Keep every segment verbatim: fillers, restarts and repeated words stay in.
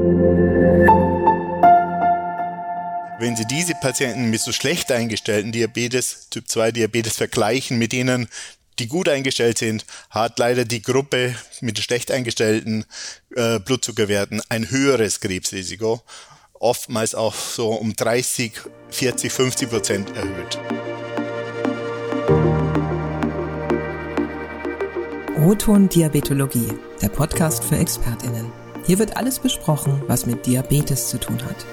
Wenn Sie diese Patienten mit so schlecht eingestellten Diabetes, Typ zwei Diabetes vergleichen mit denen, die gut eingestellt sind, hat leider die Gruppe mit schlecht eingestellten äh, Blutzuckerwerten ein höheres Krebsrisiko, oftmals auch so um dreißig, vierzig, fünfzig Prozent erhöht. O-Ton Diabetologie, der Podcast für ExpertInnen. Hier wird alles besprochen, was mit Diabetes zu tun hat.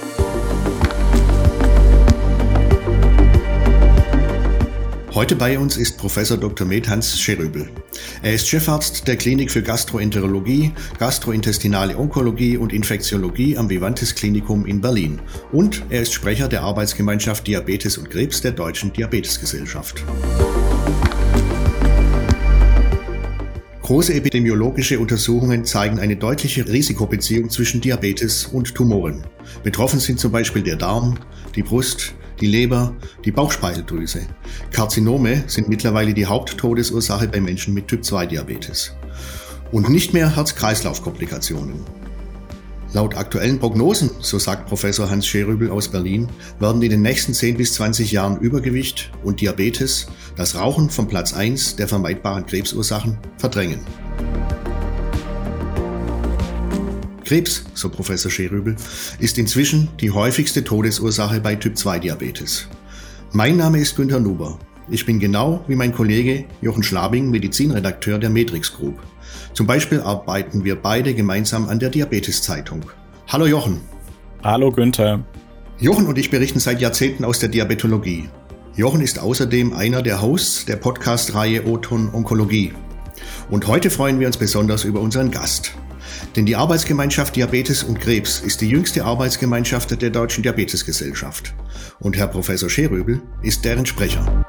Heute bei uns ist Professor Doktor med Hans Scheröbel. Er ist Chefarzt der Klinik für Gastroenterologie, Gastrointestinale Onkologie und Infektiologie am Vivantes Klinikum in Berlin. Und er ist Sprecher der Arbeitsgemeinschaft Diabetes und Krebs der Deutschen Diabetesgesellschaft. Große epidemiologische Untersuchungen zeigen eine deutliche Risikobeziehung zwischen Diabetes und Tumoren. Betroffen sind zum Beispiel der Darm, die Brust, die Leber, die Bauchspeicheldrüse. Karzinome sind mittlerweile die Haupttodesursache bei Menschen mit Typ zwei Diabetes. Und nicht mehr Herz-Kreislauf-Komplikationen. Laut aktuellen Prognosen, so sagt Professor Hans Scheröbel aus Berlin, werden in den nächsten zehn bis zwanzig Jahren Übergewicht und Diabetes das Rauchen von Platz eins der vermeidbaren Krebsursachen verdrängen. Krebs, so Professor Scheröbel, ist inzwischen die häufigste Todesursache bei Typ zwei Diabetes. Mein Name ist Günther Nuber. Ich bin genau wie mein Kollege Jochen Schlabing Medizinredakteur der Matrix Group. Zum Beispiel arbeiten wir beide gemeinsam an der Diabetes-Zeitung. Hallo Jochen. Hallo Günther. Jochen und ich berichten seit Jahrzehnten aus der Diabetologie. Jochen ist außerdem einer der Hosts der Podcast-Reihe O-Ton Onkologie. Und heute freuen wir uns besonders über unseren Gast. Denn die Arbeitsgemeinschaft Diabetes und Krebs ist die jüngste Arbeitsgemeinschaft der Deutschen Diabetesgesellschaft. Und Herr Professor Scheröbel ist deren Sprecher.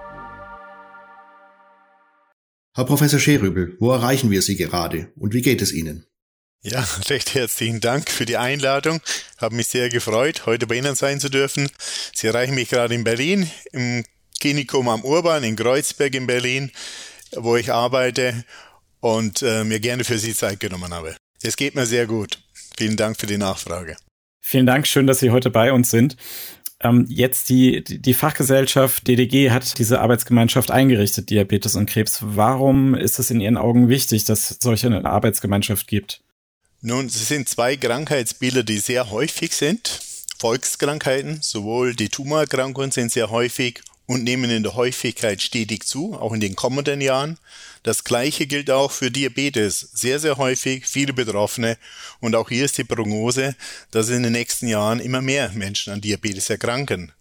Herr Professor Scheröbel, wo erreichen wir Sie gerade und wie geht es Ihnen? Ja, recht herzlichen Dank für die Einladung. Habe mich sehr gefreut, heute bei Ihnen sein zu dürfen. Sie erreichen mich gerade in Berlin, im Klinikum am Urban in Kreuzberg in Berlin, wo ich arbeite und äh, mir gerne für Sie Zeit genommen habe. Es geht mir sehr gut. Vielen Dank für die Nachfrage. Vielen Dank, schön, dass Sie heute bei uns sind. Ähm, jetzt die, die Fachgesellschaft D D G hat diese Arbeitsgemeinschaft eingerichtet, Diabetes und Krebs. Warum ist es in Ihren Augen wichtig, dass es solche eine Arbeitsgemeinschaft gibt? Nun, es sind zwei Krankheitsbilder, die sehr häufig sind. Volkskrankheiten, sowohl die Tumorerkrankungen sind sehr häufig und nehmen in der Häufigkeit stetig zu, auch in den kommenden Jahren. Das Gleiche gilt auch für Diabetes. Sehr, sehr häufig, viele Betroffene. Und auch hier ist die Prognose, dass in den nächsten Jahren immer mehr Menschen an Diabetes erkranken.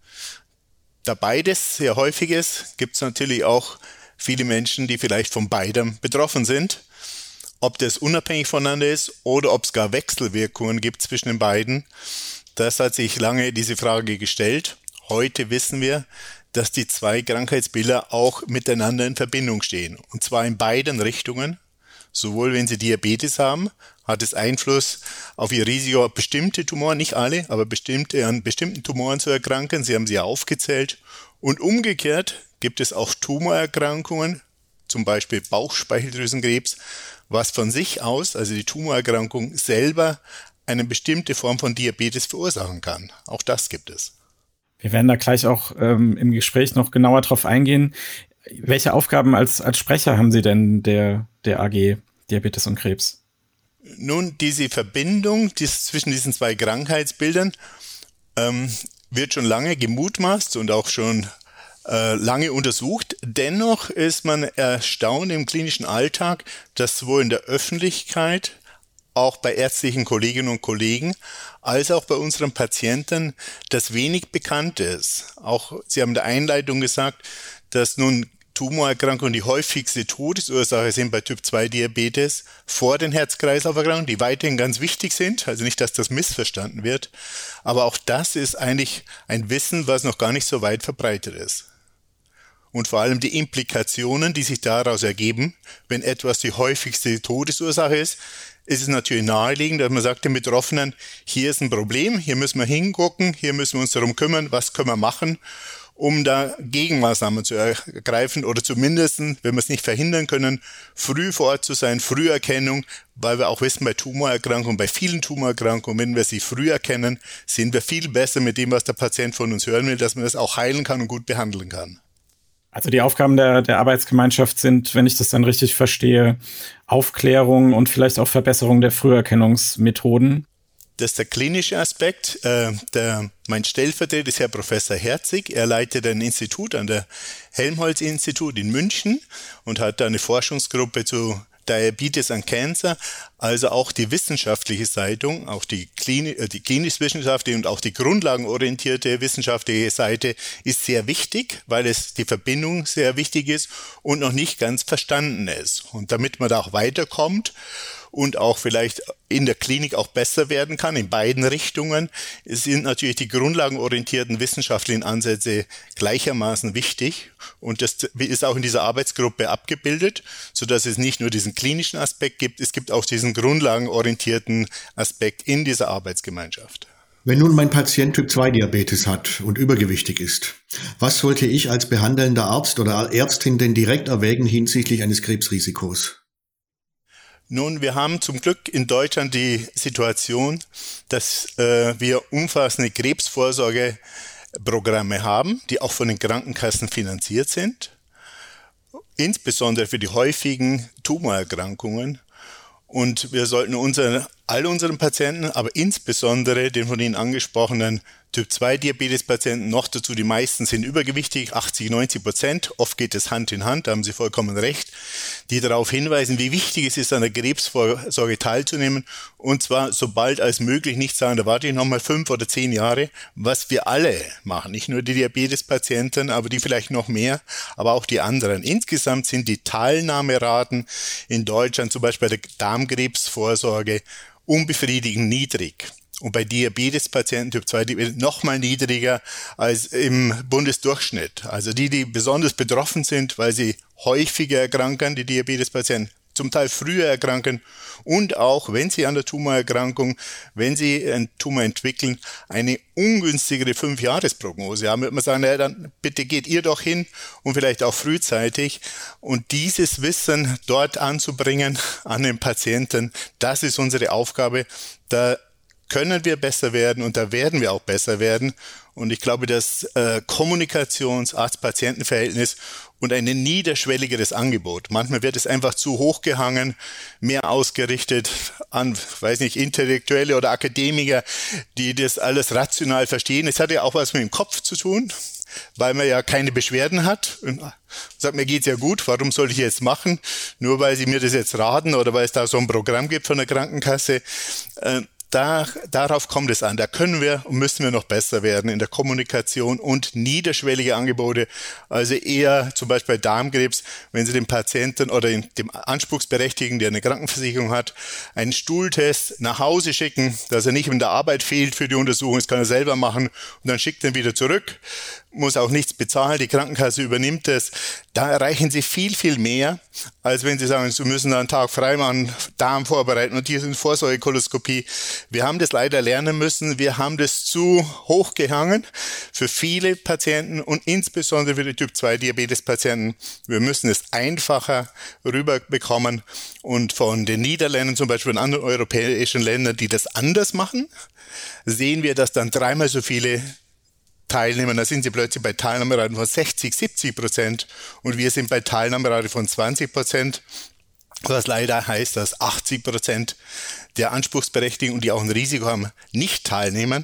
Da beides sehr häufig ist, gibt es natürlich auch viele Menschen, die vielleicht von beidem betroffen sind. Ob das unabhängig voneinander ist oder ob es gar Wechselwirkungen gibt zwischen den beiden, das hat sich lange diese Frage gestellt. Heute wissen wir, dass die zwei Krankheitsbilder auch miteinander in Verbindung stehen. Und zwar in beiden Richtungen. Sowohl wenn Sie Diabetes haben, hat es Einfluss auf Ihr Risiko, bestimmte Tumoren, nicht alle, aber bestimmte, an bestimmten Tumoren zu erkranken. Sie haben sie ja aufgezählt. Und umgekehrt gibt es auch Tumorerkrankungen, zum Beispiel Bauchspeicheldrüsenkrebs, was von sich aus, also die Tumorerkrankung selber, eine bestimmte Form von Diabetes verursachen kann. Auch das gibt es. Wir werden da gleich auch ähm, im Gespräch noch genauer drauf eingehen. Welche Aufgaben als, als Sprecher haben Sie denn der, der A G Diabetes und Krebs? Nun, diese Verbindung dies, zwischen diesen zwei Krankheitsbildern ähm, wird schon lange gemutmaßt und auch schon äh, lange untersucht. Dennoch ist man erstaunt im klinischen Alltag, dass sowohl in der Öffentlichkeit, auch bei ärztlichen Kolleginnen und Kollegen, als auch bei unseren Patienten, das wenig bekannt ist. Auch Sie haben in der Einleitung gesagt, dass nun Tumorerkrankungen die häufigste Todesursache sind bei Typ zwei Diabetes vor den Herz-Kreislauf-Erkrankungen, die weiterhin ganz wichtig sind, also nicht, dass das missverstanden wird. Aber auch das ist eigentlich ein Wissen, was noch gar nicht so weit verbreitet ist. Und vor allem die Implikationen, die sich daraus ergeben, wenn etwas die häufigste Todesursache ist, ist es natürlich naheliegend, dass man sagt den Betroffenen, hier ist ein Problem, hier müssen wir hingucken, hier müssen wir uns darum kümmern, was können wir machen. um da Gegenmaßnahmen zu ergreifen oder zumindest, wenn wir es nicht verhindern können, früh vor Ort zu sein, Früherkennung, weil wir auch wissen, bei Tumorerkrankungen, bei vielen Tumorerkrankungen, wenn wir sie früh erkennen, sind wir viel besser mit dem, was der Patient von uns hören will, dass man das auch heilen kann und gut behandeln kann. Also die Aufgaben der, der Arbeitsgemeinschaft sind, wenn ich das dann richtig verstehe, Aufklärung und vielleicht auch Verbesserung der Früherkennungsmethoden. Das ist der klinische Aspekt. Äh, der, mein Stellvertreter ist Herr Professor Herzig. Er leitet ein Institut an der Helmholtz-Institut in München und hat da eine Forschungsgruppe zu Diabetes and Cancer, also auch die wissenschaftliche Seite, auch die, Klini- die klinisch-wissenschaftliche und auch die grundlagenorientierte wissenschaftliche Seite ist sehr wichtig, weil es die Verbindung sehr wichtig ist und noch nicht ganz verstanden ist. Und damit man da auch weiterkommt und auch vielleicht in der Klinik auch besser werden kann, in beiden Richtungen, sind natürlich die grundlagenorientierten wissenschaftlichen Ansätze gleichermaßen wichtig. Und das ist auch in dieser Arbeitsgruppe abgebildet, sodass es nicht nur diesen klinischen Aspekt gibt, es gibt auch diesen grundlagenorientierten Aspekt in dieser Arbeitsgemeinschaft. Wenn nun mein Patient Typ zwei Diabetes hat und übergewichtig ist, was sollte ich als behandelnder Arzt oder Ärztin denn direkt erwägen hinsichtlich eines Krebsrisikos? Nun, wir haben zum Glück in Deutschland die Situation, dass äh, wir umfassende Krebsvorsorgeprogramme haben, die auch von den Krankenkassen finanziert sind, insbesondere für die häufigen Tumorerkrankungen. Und wir sollten unseren, all unseren Patienten, aber insbesondere den von Ihnen angesprochenen Typ zwei Diabetes-Patienten, noch dazu die meisten sind übergewichtig, achtzig, neunzig Prozent, oft geht es Hand in Hand, da haben Sie vollkommen recht, die darauf hinweisen, wie wichtig es ist, an der Krebsvorsorge teilzunehmen, und zwar so bald als möglich, nicht sagen, da warte ich nochmal fünf oder zehn Jahre, was wir alle machen, nicht nur die Diabetespatienten, aber die vielleicht noch mehr, aber auch die anderen. Insgesamt sind die Teilnahmeraten in Deutschland, zum Beispiel bei der Darmkrebsvorsorge, unbefriedigend niedrig. Und bei Diabetespatienten Typ zwei Diabetes noch mal niedriger als im Bundesdurchschnitt. Also die, die besonders betroffen sind, weil sie häufiger erkranken, die Diabetespatienten, zum Teil früher erkranken und auch, wenn sie an der Tumorerkrankung, wenn sie einen Tumor entwickeln, eine ungünstigere Fünf-Jahres-Prognose haben. Würde man sagen, naja, dann bitte geht ihr doch hin und vielleicht auch frühzeitig. Und dieses Wissen dort anzubringen an den Patienten, das ist unsere Aufgabe. Da können wir besser werden und da werden wir auch besser werden. Und ich glaube, das äh, Kommunikations-Arzt-Patienten-Verhältnis und ein niederschwelligeres Angebot. Manchmal wird es einfach zu hoch gehangen, mehr ausgerichtet an, weiß nicht, Intellektuelle oder Akademiker, die das alles rational verstehen. Es hat ja auch was mit dem Kopf zu tun, weil man ja keine Beschwerden hat. Und sagt, mir geht's ja gut, warum soll ich jetzt machen? Nur weil sie mir das jetzt raten oder weil es da so ein Programm gibt von der Krankenkasse. Äh, Da, darauf kommt es an. Da können wir und müssen wir noch besser werden in der Kommunikation und niederschwellige Angebote. Also eher zum Beispiel bei Darmkrebs, wenn Sie dem Patienten oder dem Anspruchsberechtigten, der eine Krankenversicherung hat, einen Stuhltest nach Hause schicken, dass er nicht in der Arbeit fehlt für die Untersuchung, das kann er selber machen und dann schickt er ihn wieder zurück, muss auch nichts bezahlen, die Krankenkasse übernimmt es. Da erreichen Sie viel, viel mehr, als wenn Sie sagen, Sie müssen da einen Tag frei machen, Darm vorbereiten und hier sind Vorsorgekoloskopie. Wir haben das leider lernen müssen, wir haben das zu hoch gehangen für viele Patienten und insbesondere für die Typ zwei Diabetes-Patienten. Wir müssen es einfacher rüberbekommen und von den Niederländern, zum Beispiel in anderen europäischen Ländern, die das anders machen, sehen wir, dass dann dreimal so viele Teilnehmer, da sind sie plötzlich bei Teilnahmeraten von sechzig, siebzig Prozent und wir sind bei Teilnahmeraten von zwanzig Prozent, was leider heißt, dass achtzig Prozent der Anspruchsberechtigten und die auch ein Risiko haben, nicht teilnehmen.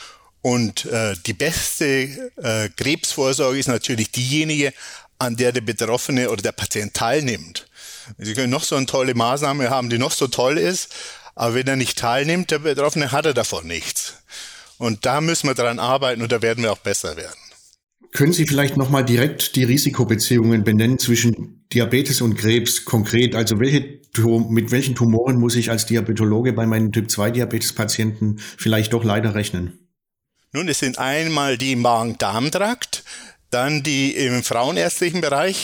Und äh, die beste äh, Krebsvorsorge ist natürlich diejenige, an der der Betroffene oder der Patient teilnimmt. Sie können noch so eine tolle Maßnahme haben, die noch so toll ist, aber wenn er nicht teilnimmt, der Betroffene, hat er davon nichts. Und da müssen wir dran arbeiten und da werden wir auch besser werden. Können Sie vielleicht nochmal direkt die Risikobeziehungen benennen zwischen Diabetes und Krebs konkret? Also welche, mit welchen Tumoren muss ich als Diabetologe bei meinen Typ zwei Diabetes-Patienten vielleicht doch leider rechnen? Nun, es sind einmal die im Magen-Darm-Trakt, dann die im frauenärztlichen Bereich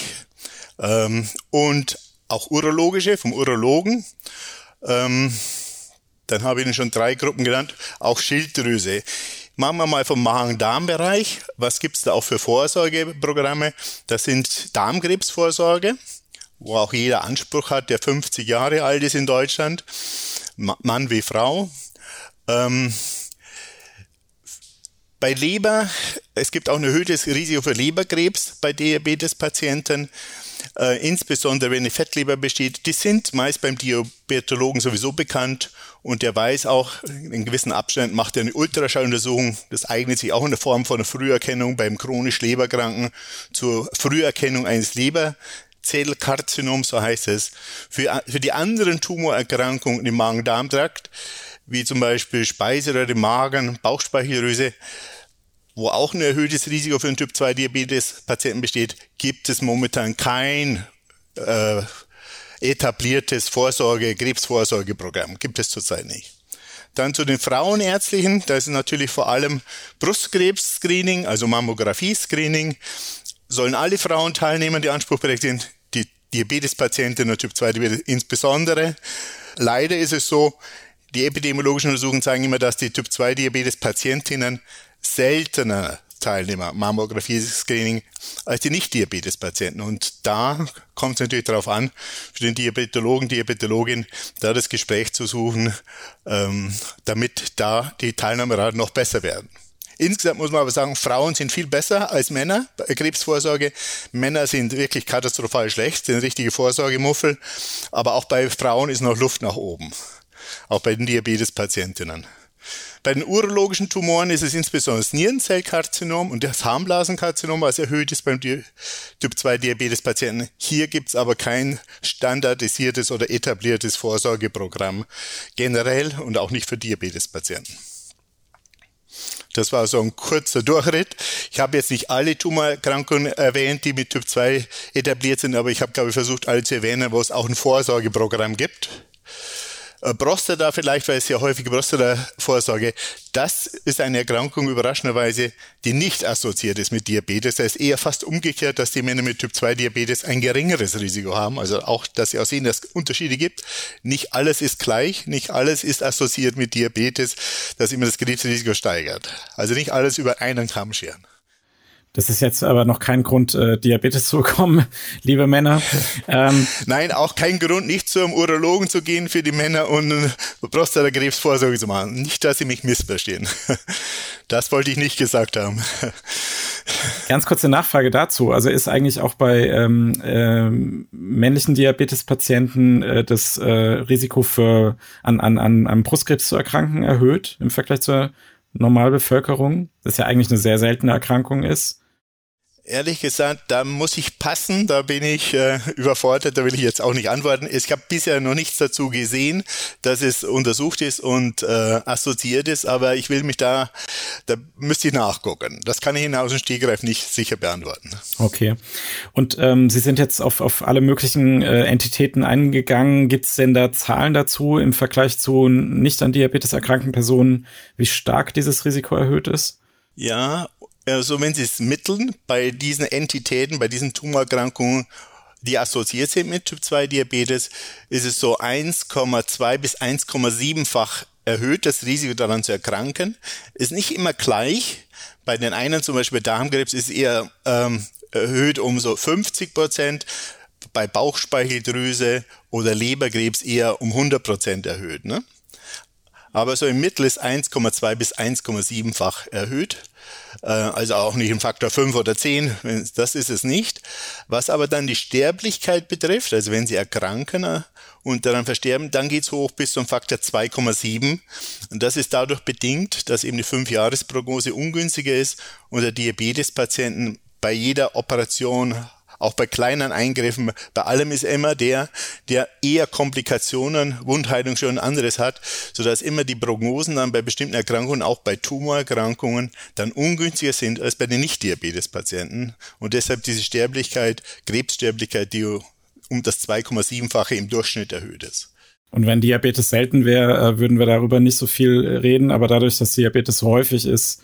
ähm, und auch urologische vom Urologen. Ähm, Dann habe ich Ihnen schon drei Gruppen genannt, auch Schilddrüse. Machen wir mal vom Magen-Darm-Bereich. Was gibt es da auch für Vorsorgeprogramme? Das sind Darmkrebsvorsorge, wo auch jeder Anspruch hat, der fünfzig Jahre alt ist in Deutschland, Mann wie Frau. Ähm, bei Leber, es gibt auch ein erhöhtes Risiko für Leberkrebs bei Diabetespatienten. Äh, insbesondere wenn eine Fettleber besteht, die sind meist beim Diabetologen sowieso bekannt und der weiß auch, in gewissen Abständen macht er eine Ultraschalluntersuchung. Das eignet sich auch in der Form von einer Früherkennung beim chronisch Leberkranken zur Früherkennung eines Leberzellkarzinoms, so heißt es. Für, für die anderen Tumorerkrankungen im Magen-Darm-Trakt, wie zum Beispiel Speiseröhre, Magen, Bauchspeicheldrüse, wo auch ein erhöhtes Risiko für einen Typ zwei Diabetes-Patienten besteht, gibt es momentan kein äh, etabliertes Vorsorge, Krebsvorsorgeprogramm. Gibt es zurzeit nicht. Dann zu den Frauenärztlichen, da ist natürlich vor allem Brustkrebs-Screening, also Mammographie-Screening. Sollen alle Frauen teilnehmen, die anspruchsberechtigt sind, die Diabetespatienten und Typ zwei Diabetes insbesondere. Leider ist es so, die epidemiologischen Untersuchungen zeigen immer, dass die Typ zwei Diabetes-Patientinnen seltener Teilnehmer Mammographie-Screening als die Nicht-Diabetes-Patienten. Und da kommt es natürlich darauf an, für den Diabetologen, Diabetologin, da das Gespräch zu suchen, ähm, damit da die Teilnahmeraten noch besser werden. Insgesamt muss man aber sagen, Frauen sind viel besser als Männer bei Krebsvorsorge. Männer sind wirklich katastrophal schlecht, sind richtige Vorsorgemuffel. Aber auch bei Frauen ist noch Luft nach oben. Auch bei den Diabetespatientinnen. Bei den urologischen Tumoren ist es insbesondere das Nierenzellkarzinom und das Harnblasenkarzinom, was erhöht ist beim Typ zwei Diabetespatienten. Hier gibt es aber kein standardisiertes oder etabliertes Vorsorgeprogramm generell und auch nicht für Diabetespatienten. Das war so ein kurzer Durchritt. Ich habe jetzt nicht alle Tumorerkrankungen erwähnt, die mit Typ zwei etabliert sind, aber ich habe, glaube ich, versucht, alle zu erwähnen, wo es auch ein Vorsorgeprogramm gibt. Prostata vielleicht, weil es ja häufig Prostata-Vorsorge, das ist eine Erkrankung überraschenderweise, die nicht assoziiert ist mit Diabetes. Da ist eher fast umgekehrt, dass die Männer mit Typ zwei Diabetes ein geringeres Risiko haben. Also auch, dass sie auch sehen, dass es Unterschiede gibt. Nicht alles ist gleich, nicht alles ist assoziiert mit Diabetes, das immer das Krebsrisiko steigert. Also nicht alles über einen Kamm scheren. Das ist jetzt aber noch kein Grund, äh, Diabetes zu bekommen, liebe Männer. Ähm, Nein, auch kein Grund, nicht zum Urologen zu gehen für die Männer und Prostatakrebsvorsorge zu machen. Nicht, dass Sie mich missverstehen. Das wollte ich nicht gesagt haben. Ganz kurze Nachfrage dazu. Also ist eigentlich auch bei ähm, ähm, männlichen Diabetespatienten äh, das äh, Risiko für an, an, an, an Brustkrebs zu erkranken erhöht im Vergleich zur Normalbevölkerung? Das ja eigentlich eine sehr seltene Erkrankung ist. Ehrlich gesagt, da muss ich passen, da bin ich äh, überfordert, da will ich jetzt auch nicht antworten. Ich habe bisher noch nichts dazu gesehen, dass es untersucht ist und äh, assoziiert ist, aber ich will mich da, da müsste ich nachgucken. Das kann ich Ihnen aus dem Stegreif nicht sicher beantworten. Okay. Und ähm, Sie sind jetzt auf, auf alle möglichen äh, Entitäten eingegangen. Gibt es denn da Zahlen dazu im Vergleich zu nicht an Diabetes erkrankten Personen, wie stark dieses Risiko erhöht ist? Ja, also wenn Sie es mitteln, bei diesen Entitäten, bei diesen Tumorerkrankungen, die assoziiert sind mit Typ zwei Diabetes, ist es so eins Komma zwei bis eins Komma sieben-fach erhöht, das Risiko daran zu erkranken. Ist nicht immer gleich. Bei den einen, zum Beispiel Darmkrebs, ist eher ähm, erhöht um so fünfzig Prozent, bei Bauchspeicheldrüse oder Leberkrebs eher um hundert Prozent erhöht, ne? Aber so im Mittel ist eins Komma zwei bis eins Komma sieben-fach erhöht. Also auch nicht im Faktor fünf oder zehn, das ist es nicht. Was aber dann die Sterblichkeit betrifft, also wenn Sie erkranken und daran versterben, dann geht es hoch bis zum Faktor zwei Komma sieben. Und das ist dadurch bedingt, dass eben die fünf-Jahres-Prognose ungünstiger ist und der Diabetespatienten bei jeder Operation, auch bei kleinen Eingriffen, bei allem ist immer der, der eher Komplikationen, Wundheilung schon anderes hat, sodass immer die Prognosen dann bei bestimmten Erkrankungen, auch bei Tumorerkrankungen, dann ungünstiger sind als bei den Nicht-Diabetes-Patienten. Und deshalb diese Sterblichkeit, Krebssterblichkeit, die um das zwei Komma sieben-fache im Durchschnitt erhöht ist. Und wenn Diabetes selten wäre, würden wir darüber nicht so viel reden, aber dadurch, dass Diabetes so häufig ist,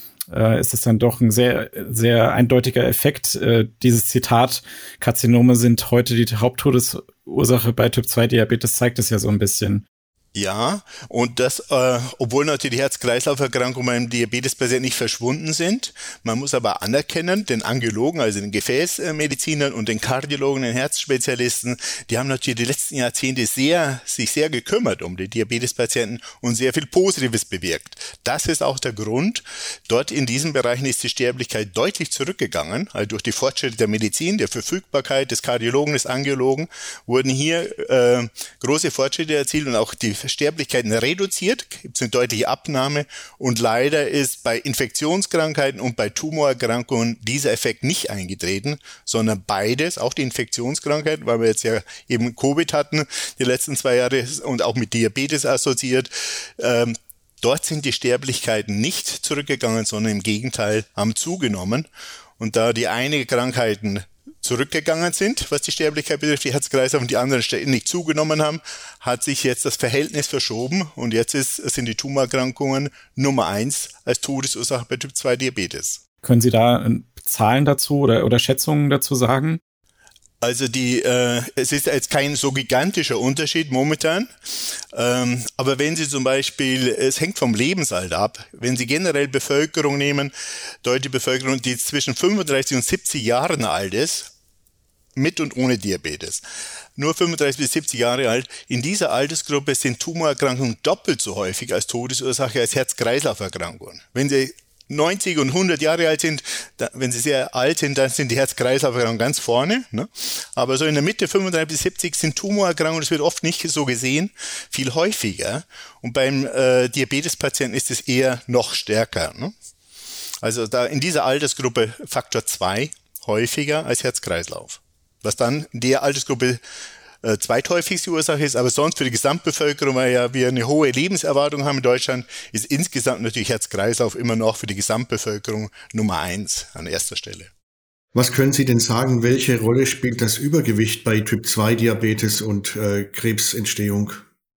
äh, ist es dann doch ein sehr, sehr eindeutiger Effekt. Äh, dieses Zitat, Karzinome sind heute die Haupttodesursache bei Typ zwei Diabetes, zeigt es ja so ein bisschen. Ja, und das, äh, obwohl natürlich die Herz-Kreislauf-Erkrankungen beim Diabetespatienten nicht verschwunden sind. Man muss aber anerkennen, den Angiologen, also den Gefäßmedizinern und den Kardiologen, den Herzspezialisten, die haben natürlich die letzten Jahrzehnte sehr, sich sehr gekümmert um die Diabetespatienten und sehr viel Positives bewirkt. Das ist auch der Grund. Dort in diesen Bereichen ist die Sterblichkeit deutlich zurückgegangen. Also durch die Fortschritte der Medizin, der Verfügbarkeit des Kardiologen, des Angiologen, wurden hier äh, große Fortschritte erzielt und auch die Sterblichkeiten reduziert, gibt es eine deutliche Abnahme und leider ist bei Infektionskrankheiten und bei Tumorerkrankungen dieser Effekt nicht eingetreten, sondern beides, auch die Infektionskrankheiten, weil wir jetzt ja eben Covid hatten, die letzten zwei Jahre und auch mit Diabetes assoziiert, ähm, dort sind die Sterblichkeiten nicht zurückgegangen, sondern im Gegenteil haben zugenommen und da die einige Krankheiten zurückgegangen sind, was die Sterblichkeit betrifft, die Herz-Kreislauf und die anderen nicht zugenommen haben, hat sich jetzt das Verhältnis verschoben und jetzt ist, sind die Tumorerkrankungen Nummer eins als Todesursache bei Typ zwei Diabetes. Können Sie da Zahlen dazu oder, oder Schätzungen dazu sagen? Also die, äh, es ist jetzt kein so gigantischer Unterschied momentan, ähm, aber wenn Sie zum Beispiel, es hängt vom Lebensalter ab, wenn Sie generell Bevölkerung nehmen, deutsche Bevölkerung, die zwischen fünfunddreißig und siebzig Jahren alt ist, mit und ohne Diabetes, nur fünfunddreißig bis siebzig Jahre alt, in dieser Altersgruppe sind Tumorerkrankungen doppelt so häufig als Todesursache als Herz-Kreislauf-Erkrankungen. Wenn Sie neunzig und hundert Jahre alt sind, da, wenn sie sehr alt sind, dann sind die Herz-Kreislauf-Erkrankungen ganz vorne. Ne? Aber so in der Mitte, fünfunddreißig bis siebzig, sind Tumorerkrankungen, das wird oft nicht so gesehen, viel häufiger. Und beim äh, Diabetespatienten ist es eher noch stärker. Ne? Also da in dieser Altersgruppe Faktor zwei häufiger als Herz-Kreislauf. Was dann in der Altersgruppe Äh, zweithäufigste Ursache ist, aber sonst für die Gesamtbevölkerung, weil ja wir eine hohe Lebenserwartung haben in Deutschland, ist insgesamt natürlich Herz-Kreislauf immer noch für die Gesamtbevölkerung Nummer eins an erster Stelle. Was können Sie denn sagen, welche Rolle spielt das Übergewicht bei Typ zwei Diabetes und äh, Krebsentstehung?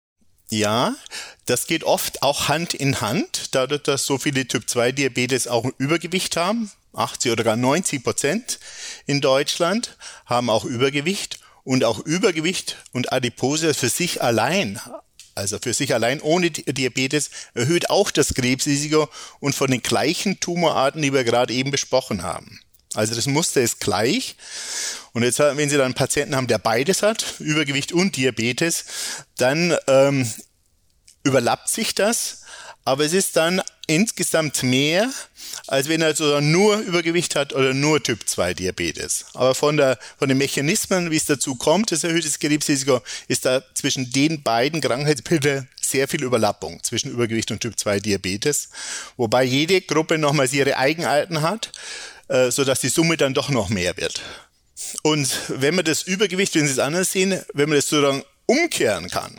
Ja, das geht oft auch Hand in Hand, dadurch, dass so viele Typ zwei Diabetes auch ein Übergewicht haben. achtzig oder gar neunzig Prozent in Deutschland haben auch Übergewicht. Und auch Übergewicht und Adipose für sich allein, also für sich allein ohne Diabetes, erhöht auch das Krebsrisiko und von den gleichen Tumorarten, die wir gerade eben besprochen haben. Also das Muster ist gleich. Und jetzt, wenn Sie dann einen Patienten haben, der beides hat, Übergewicht und Diabetes, dann ähm, überlappt sich das. Aber es ist dann insgesamt mehr, als wenn er so nur Übergewicht hat oder nur Typ zwei Diabetes. Aber von, der, von den Mechanismen, wie es dazu kommt, das erhöhte Krebsrisiko, ist da zwischen den beiden Krankheitsbildern sehr viel Überlappung zwischen Übergewicht und Typ zwei Diabetes. Wobei jede Gruppe nochmals ihre Eigenarten hat, äh, sodass die Summe dann doch noch mehr wird. Und wenn man das Übergewicht, wenn Sie es anders sehen, wenn man das sozusagen umkehren kann,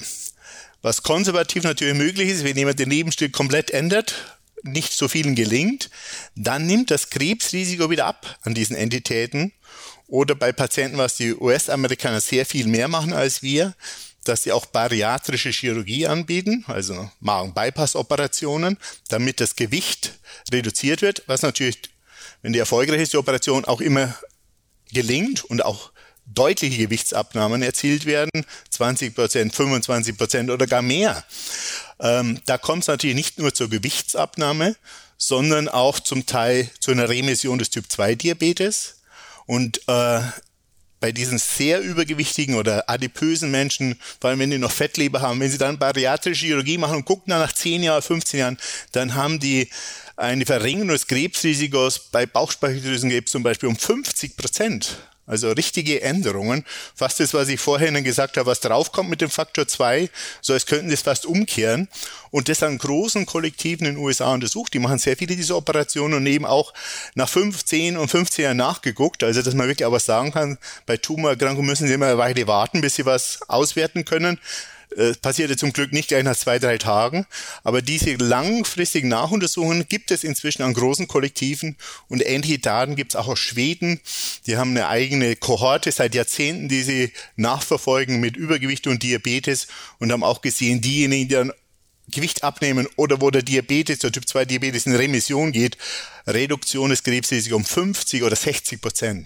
was konservativ natürlich möglich ist, wenn jemand den Lebensstil komplett ändert, nicht so vielen gelingt, dann nimmt das Krebsrisiko wieder ab an diesen Entitäten. Oder bei Patienten, was die U S-Amerikaner sehr viel mehr machen als wir, dass sie auch bariatrische Chirurgie anbieten, also Magen-Bypass-Operationen, damit das Gewicht reduziert wird, was natürlich, wenn die erfolgreich ist, die Operation auch immer gelingt und auch deutliche Gewichtsabnahmen erzielt werden, zwanzig Prozent, fünfundzwanzig Prozent oder gar mehr. Ähm, da kommt es natürlich nicht nur zur Gewichtsabnahme, sondern auch zum Teil zu einer Remission des Typ zwei Diabetes. Und äh, bei diesen sehr übergewichtigen oder adipösen Menschen, vor allem wenn die noch Fettleber haben, wenn sie dann bariatrische Chirurgie machen und gucken dann nach zehn Jahren, fünfzehn Jahren, dann haben die eine Verringerung des Krebsrisikos bei Bauchspeicheldrüsenkrebs zum Beispiel um fünfzig Prozent. Also richtige Änderungen. Fast das, was ich vorher Ihnen gesagt habe, was draufkommt mit dem Faktor zwei, so als könnten das fast umkehren. Und das an großen Kollektiven in den U S A untersucht. Die machen sehr viele dieser Operationen und eben auch nach fünf, zehn und fünfzehn Jahren nachgeguckt. Also, dass man wirklich auch was sagen kann. Bei Tumorerkrankungen müssen Sie immer eine Weile warten, bis Sie was auswerten können. Das passierte zum Glück nicht gleich nach zwei, drei Tagen, aber diese langfristigen Nachuntersuchungen gibt es inzwischen an großen Kollektiven und ähnliche Daten gibt es auch aus Schweden. Die haben eine eigene Kohorte seit Jahrzehnten, die sie nachverfolgen mit Übergewicht und Diabetes und haben auch gesehen, diejenigen, die dann Gewicht abnehmen oder wo der Diabetes, der Typ zwei Diabetes in Remission geht, Reduktion des Krebsrisikos um fünfzig oder sechzig Prozent.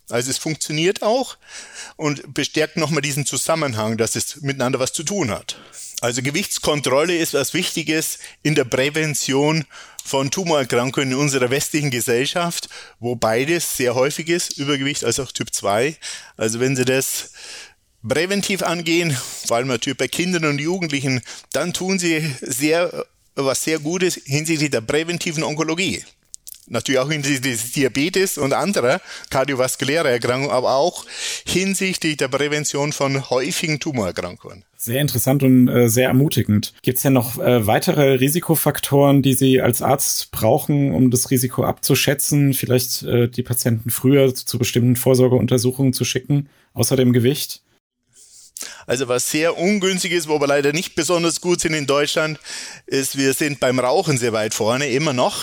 Also es funktioniert auch und bestärkt nochmal diesen Zusammenhang, dass es miteinander was zu tun hat. Also Gewichtskontrolle ist was Wichtiges in der Prävention von Tumorerkrankungen in unserer westlichen Gesellschaft, wo beides sehr häufig ist, Übergewicht als auch Typ zwei. Also wenn Sie das präventiv angehen, vor allem natürlich bei Kindern und Jugendlichen, dann tun Sie sehr, was sehr Gutes hinsichtlich der präventiven Onkologie. Natürlich auch hinsichtlich des Diabetes und anderer kardiovaskulärer Erkrankungen, aber auch hinsichtlich der Prävention von häufigen Tumorerkrankungen. Sehr interessant und äh, sehr ermutigend. Gibt es ja noch äh, weitere Risikofaktoren, die Sie als Arzt brauchen, um das Risiko abzuschätzen, vielleicht äh, die Patienten früher zu bestimmten Vorsorgeuntersuchungen zu schicken, außer dem Gewicht? Also was sehr ungünstig ist, wo wir leider nicht besonders gut sind in Deutschland, ist, wir sind beim Rauchen sehr weit vorne, immer noch.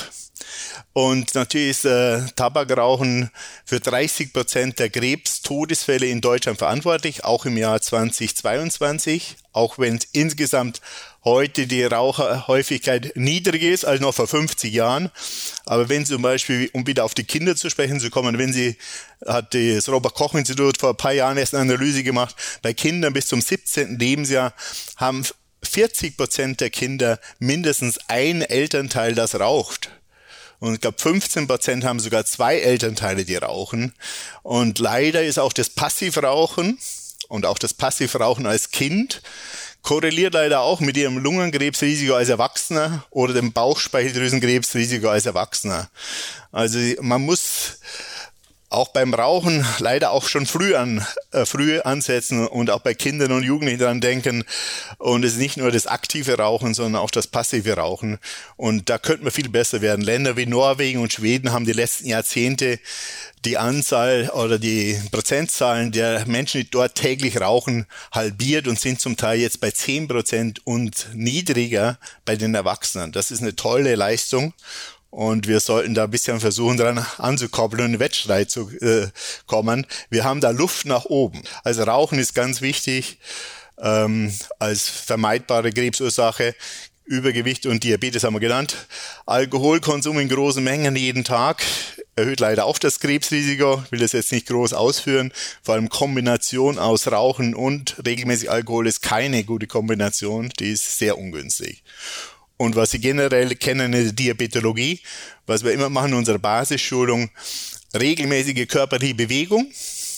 Und natürlich ist äh, Tabakrauchen für dreißig Prozent der Krebstodesfälle in Deutschland verantwortlich, auch im Jahr zweitausendzweiundzwanzig, auch wenn insgesamt heute die Raucherhäufigkeit niedriger ist als noch vor fünfzig Jahren. Aber wenn Sie zum Beispiel, um wieder auf die Kinder zu sprechen zu kommen, wenn Sie, hat das Robert-Koch-Institut vor ein paar Jahren erst eine Analyse gemacht, bei Kindern bis zum siebzehnten Lebensjahr haben vierzig Prozent der Kinder mindestens ein Elternteil, das raucht. Und ich glaube, fünfzehn Prozent haben sogar zwei Elternteile, die rauchen. Und leider ist auch das Passivrauchen und auch das Passivrauchen als Kind korreliert leider auch mit ihrem Lungenkrebsrisiko als Erwachsener oder dem Bauchspeicheldrüsenkrebsrisiko als Erwachsener. Also man muss auch beim Rauchen leider auch schon früh an äh, früh ansetzen und auch bei Kindern und Jugendlichen dran denken. Und es ist nicht nur das aktive Rauchen, sondern auch das passive Rauchen. Und da könnte man viel besser werden. Länder wie Norwegen und Schweden haben die letzten Jahrzehnte die Anzahl oder die Prozentzahlen der Menschen, die dort täglich rauchen, halbiert und sind zum Teil jetzt bei zehn Prozent und niedriger bei den Erwachsenen. Das ist eine tolle Leistung. Und wir sollten da ein bisschen versuchen, dran anzukoppeln und in den Wettstreit zu äh, kommen. Wir haben da Luft nach oben. Also Rauchen ist ganz wichtig ähm, als vermeidbare Krebsursache. Übergewicht und Diabetes haben wir genannt. Alkoholkonsum in großen Mengen jeden Tag erhöht leider auch das Krebsrisiko. Ich will das jetzt nicht groß ausführen. Vor allem Kombination aus Rauchen und regelmäßig Alkohol ist keine gute Kombination. Die ist sehr ungünstig. Und was Sie generell kennen in der Diabetologie, was wir immer machen in unserer Basisschulung, regelmäßige körperliche Bewegung,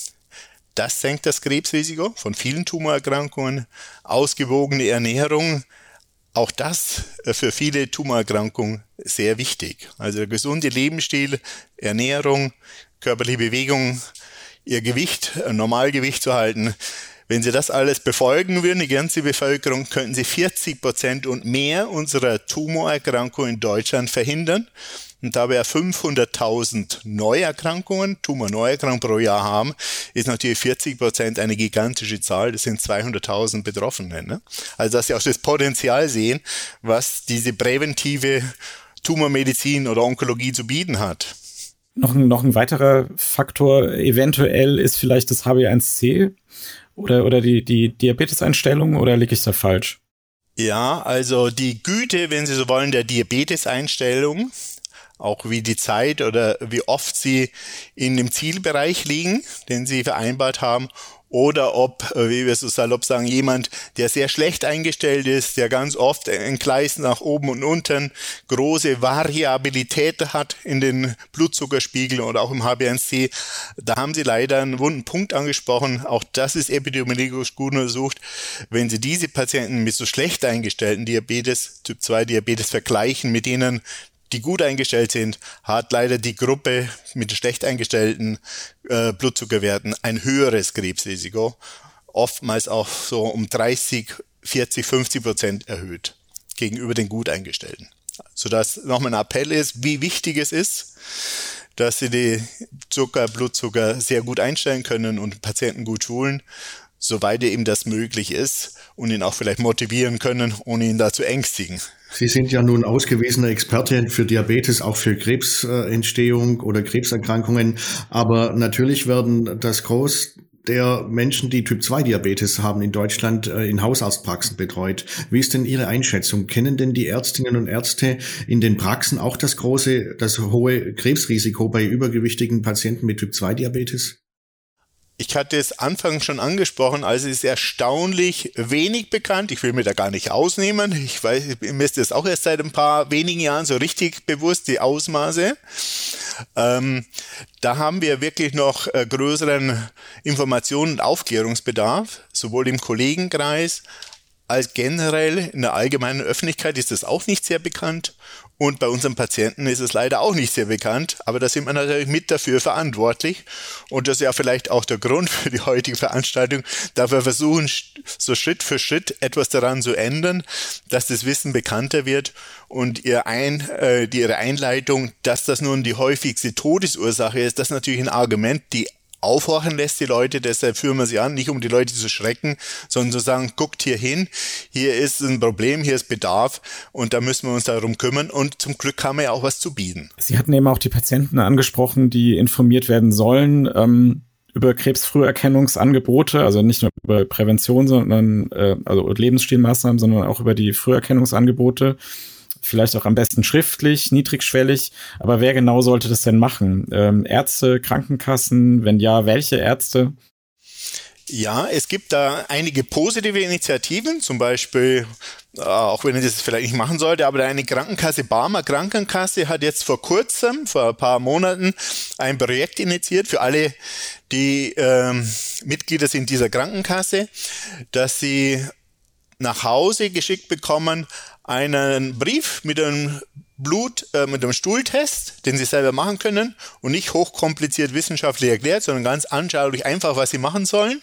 das senkt das Krebsrisiko von vielen Tumorerkrankungen, ausgewogene Ernährung, auch das für viele Tumorerkrankungen sehr wichtig. Also der gesunde Lebensstil, Ernährung, körperliche Bewegung, Ihr Gewicht, ein Normalgewicht zu halten. Wenn Sie das alles befolgen würden, die ganze Bevölkerung, könnten Sie vierzig Prozent und mehr unserer Tumorerkrankungen in Deutschland verhindern. Und da wir fünfhunderttausend Neuerkrankungen, Tumorneuerkrankungen pro Jahr haben, ist natürlich vierzig Prozent eine gigantische Zahl. Das sind zweihunderttausend Betroffene. Ne? Also dass Sie auch das Potenzial sehen, was diese präventive Tumormedizin oder Onkologie zu bieten hat. Noch ein, noch ein weiterer Faktor eventuell ist vielleicht das H b eins C. Oder, oder die, die Diabeteseinstellung, oder liege ich da falsch? Ja, also die Güte, wenn Sie so wollen, der Diabeteseinstellung, auch wie die Zeit oder wie oft Sie in dem Zielbereich liegen, den Sie vereinbart haben, oder ob, wie wir so salopp sagen, jemand, der sehr schlecht eingestellt ist, der ganz oft ein Gleis nach oben und unten, große Variabilität hat in den Blutzuckerspiegeln oder auch im H b eins C. Da haben Sie leider einen wunden Punkt angesprochen. Auch das ist epidemiologisch gut untersucht. Wenn Sie diese Patienten mit so schlecht eingestellten Diabetes, Typ zwei Diabetes vergleichen mit denen, die gut eingestellt sind, hat leider die Gruppe mit schlecht eingestellten äh, Blutzuckerwerten ein höheres Krebsrisiko, oftmals auch so um dreißig, vierzig, fünfzig Prozent erhöht gegenüber den gut eingestellten. Sodass nochmal ein Appell ist, wie wichtig es ist, dass Sie die Zucker, Blutzucker sehr gut einstellen können und Patienten gut schulen, soweit eben das möglich ist und ihn auch vielleicht motivieren können, ohne ihn da zu ängstigen. Sie sind ja nun ausgewiesener Experte für Diabetes, auch für Krebsentstehung oder Krebserkrankungen. Aber natürlich werden das Groß der Menschen, die Typ zwei Diabetes haben, in Deutschland in Hausarztpraxen betreut. Wie ist denn Ihre Einschätzung? Kennen denn die Ärztinnen und Ärzte in den Praxen auch das große, das hohe Krebsrisiko bei übergewichtigen Patienten mit Typ zwei Diabetes? Ich hatte es anfangs schon angesprochen, also es ist erstaunlich wenig bekannt. Ich will mir da gar nicht ausnehmen. Ich weiß, mir ist das auch erst seit ein paar wenigen Jahren so richtig bewusst, die Ausmaße. Ähm, da haben wir wirklich noch äh, größeren Informationen- und Aufklärungsbedarf, sowohl im Kollegenkreis als generell in der allgemeinen Öffentlichkeit ist das auch nicht sehr bekannt. Und bei unseren Patienten ist es leider auch nicht sehr bekannt, aber da sind wir natürlich mit dafür verantwortlich. Und das ist ja vielleicht auch der Grund für die heutige Veranstaltung, da wir versuchen, so Schritt für Schritt etwas daran zu ändern, dass das Wissen bekannter wird. Und ihr Ein, äh, die, ihre Einleitung, dass das nun die häufigste Todesursache ist, das ist natürlich ein Argument, die aufhorchen lässt die Leute, deshalb führen wir sie an, nicht um die Leute zu schrecken, sondern zu sagen, guckt hier hin, hier ist ein Problem, hier ist Bedarf und da müssen wir uns darum kümmern und zum Glück haben wir ja auch was zu bieten. Sie hatten eben auch die Patienten angesprochen, die informiert werden sollen ähm, über Krebsfrüherkennungsangebote, also nicht nur über Prävention, sondern äh, also Lebensstilmaßnahmen, sondern auch über die Früherkennungsangebote. Vielleicht auch am besten schriftlich, niedrigschwellig. Aber wer genau sollte das denn machen? Ähm, Ärzte, Krankenkassen? Wenn ja, welche Ärzte? Ja, es gibt da einige positive Initiativen, zum Beispiel, äh, auch wenn ich das vielleicht nicht machen sollte, aber eine Krankenkasse, Barmer Krankenkasse, hat jetzt vor kurzem, vor ein paar Monaten, ein Projekt initiiert für alle, die ähm, Mitglieder sind dieser Krankenkasse, dass sie nach Hause geschickt bekommen einen Brief mit einem Blut, äh, mit einem Stuhltest, den sie selber machen können und nicht hochkompliziert wissenschaftlich erklärt, sondern ganz anschaulich einfach, was sie machen sollen.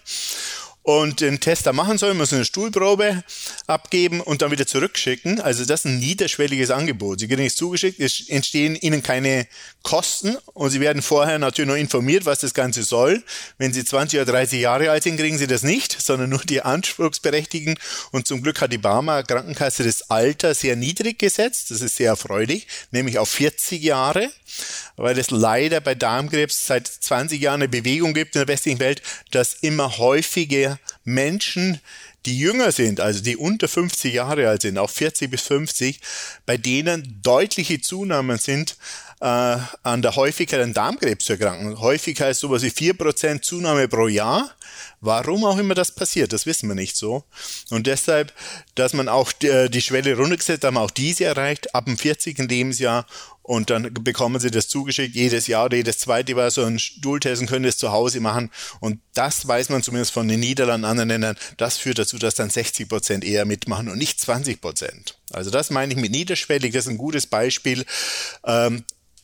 Und den Test da machen sollen, müssen eine Stuhlprobe abgeben und dann wieder zurückschicken. Also das ist ein niederschwelliges Angebot. Sie kriegen nichts zugeschickt, es entstehen Ihnen keine Kosten und Sie werden vorher natürlich noch informiert, was das Ganze soll. Wenn Sie zwanzig oder dreißig Jahre alt sind, kriegen Sie das nicht, sondern nur die Anspruchsberechtigten. Und zum Glück hat die Barmer Krankenkasse das Alter sehr niedrig gesetzt. Das ist sehr erfreulich, nämlich auf vierzig Jahre. Weil es leider bei Darmkrebs seit zwanzig Jahren eine Bewegung gibt in der westlichen Welt, dass immer häufiger Menschen, die jünger sind, also die unter fünfzig Jahre alt sind, auch vierzig bis fünfzig, bei denen deutliche Zunahmen sind äh, an der Häufigkeit an Darmkrebs zu erkranken. Häufigkeit ist sowas wie vier Prozent Zunahme pro Jahr. Warum auch immer das passiert, das wissen wir nicht so. Und deshalb, dass man auch die, die Schwelle runtergesetzt hat, haben wir auch diese erreicht, ab dem vierzigen Lebensjahr. Und dann bekommen sie das zugeschickt, jedes Jahr oder jedes zweite Jahr so einen Stuhltest und können das zu Hause machen. Und das weiß man zumindest von den Niederlanden, anderen Ländern, das führt dazu, dass dann sechzig Prozent eher mitmachen und nicht zwanzig Prozent. Also das meine ich mit niederschwellig, das ist ein gutes Beispiel. Ähm,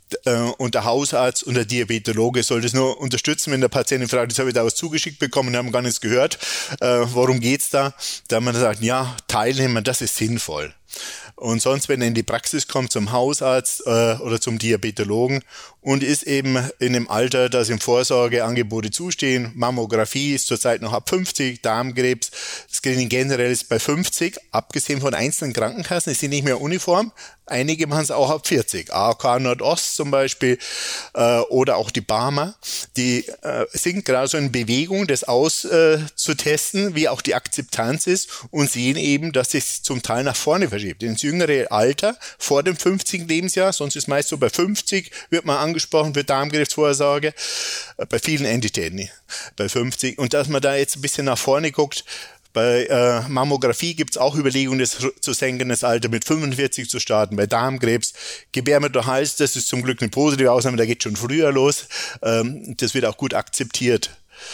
und der Hausarzt und der Diabetologe soll das nur unterstützen, wenn der Patient fragt, jetzt habe ich da was zugeschickt bekommen, haben gar nichts gehört, äh, worum geht's da? Da man sagt, ja, teilnehmen, das ist sinnvoll. Und sonst, wenn er in die Praxis kommt, zum Hausarzt äh, oder zum Diabetologen und ist eben in dem Alter, dass ihm Vorsorgeangebote zustehen, Mammographie ist zurzeit noch ab fünfzig, Darmkrebs, Screening generell ist bei fünfzig, abgesehen von einzelnen Krankenkassen, ist sie nicht mehr uniform, einige machen es auch ab vierzig, A O K Nordost zum Beispiel äh, oder auch die Barmer, die äh, sind gerade so in Bewegung, das auszutesten, äh, wie auch die Akzeptanz ist und sehen eben, dass es zum Teil nach vorne verschiebt, ins jüngere Alter, vor dem fünfzigsten Lebensjahr, sonst ist meist so bei fünfzig, wird man angesprochen für Darmkrebsvorsorge, äh, bei vielen Entitäten, bei fünfzig und dass man da jetzt ein bisschen nach vorne guckt. Bei äh, Mammographie gibt es auch Überlegungen, das zu senken, das Alter mit fünfundvierzig zu starten. Bei Darmkrebs, Gebärmutterhals, das ist zum Glück eine positive Ausnahme, da geht schon früher los. Ähm, das wird auch gut akzeptiert.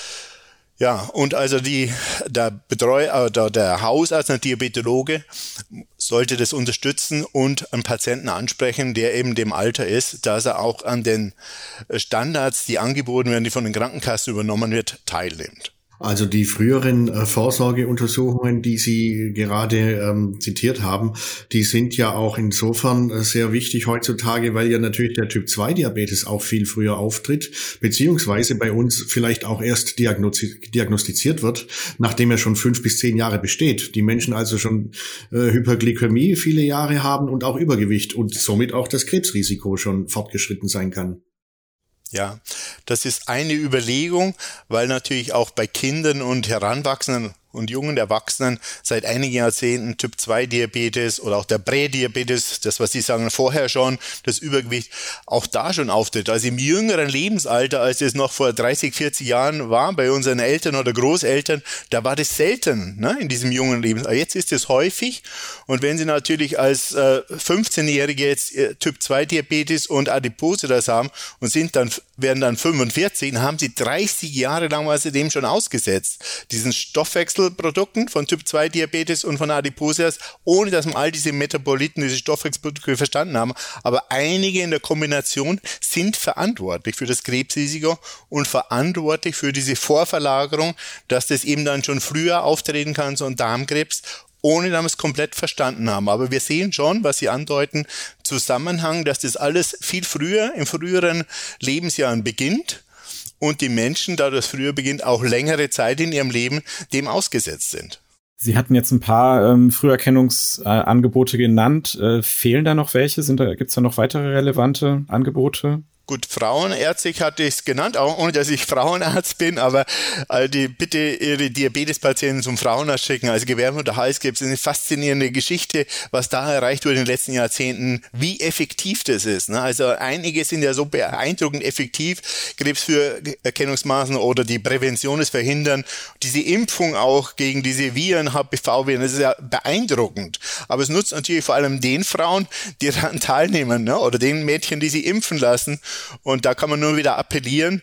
Ja, und also die, der Betreuer, oder der Hausarzt, der Diabetologe sollte das unterstützen und einen Patienten ansprechen, der eben dem Alter ist, dass er auch an den Standards, die angeboten werden, die von den Krankenkassen übernommen wird, teilnimmt. Also die früheren äh, Vorsorgeuntersuchungen, die Sie gerade ähm, zitiert haben, die sind ja auch insofern äh, sehr wichtig heutzutage, weil ja natürlich der Typ zwei Diabetes auch viel früher auftritt, beziehungsweise bei uns vielleicht auch erst diagnostiz- diagnostiziert wird, nachdem er schon fünf bis zehn Jahre besteht. Die Menschen also schon äh, Hyperglykämie viele Jahre haben und auch Übergewicht und somit auch das Krebsrisiko schon fortgeschritten sein kann. Ja, das ist eine Überlegung, weil natürlich auch bei Kindern und Heranwachsenden und jungen Erwachsenen seit einigen Jahrzehnten Typ zwei Diabetes oder auch der Prädiabetes, das, was Sie sagen, vorher schon, das Übergewicht, auch da schon auftritt. Also im jüngeren Lebensalter, als es noch vor dreißig, vierzig Jahren war, bei unseren Eltern oder Großeltern, da war das selten, ne, in diesem jungen Lebensalter. Jetzt ist es häufig, und wenn Sie natürlich als äh, fünfzehnjährige jetzt äh, Typ zwei Diabetes und Adipose das haben und sind dann, werden dann fünfundvierzig, dann haben Sie dreißig Jahre lang was Sie dem schon ausgesetzt. Diesen Stoffwechselprodukten von Typ zwei Diabetes und von Adipose, ohne dass man all diese Metaboliten, diese Stoffwechselprodukte verstanden haben. Aber einige in der Kombination sind verantwortlich für das Krebsrisiko und verantwortlich für diese Vorverlagerung, dass das eben dann schon früher auftreten kann, so ein Darmkrebs, ohne dass wir es komplett verstanden haben. Aber wir sehen schon, was Sie andeuten, Zusammenhang, dass das alles viel früher, in früheren Lebensjahren beginnt und die Menschen, da das früher beginnt, auch längere Zeit in ihrem Leben dem ausgesetzt sind. Sie hatten jetzt ein paar ähm, Früherkennungsangebote äh, genannt. Äh, fehlen da noch welche? Sind da, gibt's da noch weitere relevante Angebote? Gut, frauenärztlich hatte ich es genannt, auch ohne dass ich Frauenarzt bin, aber äh, die, bitte Ihre Diabetespatienten zum Frauenarzt schicken. Also Gebärmutter, Halskrebs ist eine faszinierende Geschichte, was da erreicht wurde in den letzten Jahrzehnten, wie effektiv das ist. Ne? Also einige sind ja so beeindruckend effektiv, Krebsfrüherkennungsmaßnahmen oder die Prävention, das Verhindern, diese Impfung auch gegen diese Viren, H P V-Viren, das ist ja beeindruckend. Aber es nutzt natürlich vor allem den Frauen, die daran teilnehmen, ne? Oder den Mädchen, die sie impfen lassen. Und da kann man nur wieder appellieren,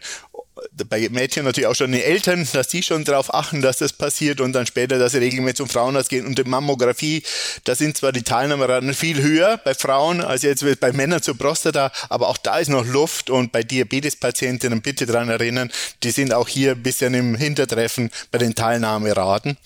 bei Mädchen natürlich auch schon die Eltern, dass die schon darauf achten, dass das passiert und dann später, dass sie regelmäßig zum Frauenarzt gehen. Und die Mammographie, da sind zwar die Teilnahmeraten viel höher bei Frauen als jetzt bei Männern zur Prostata, aber auch da ist noch Luft, und bei Diabetespatientinnen bitte daran erinnern, die sind auch hier ein bisschen im Hintertreffen bei den Teilnahmeraten.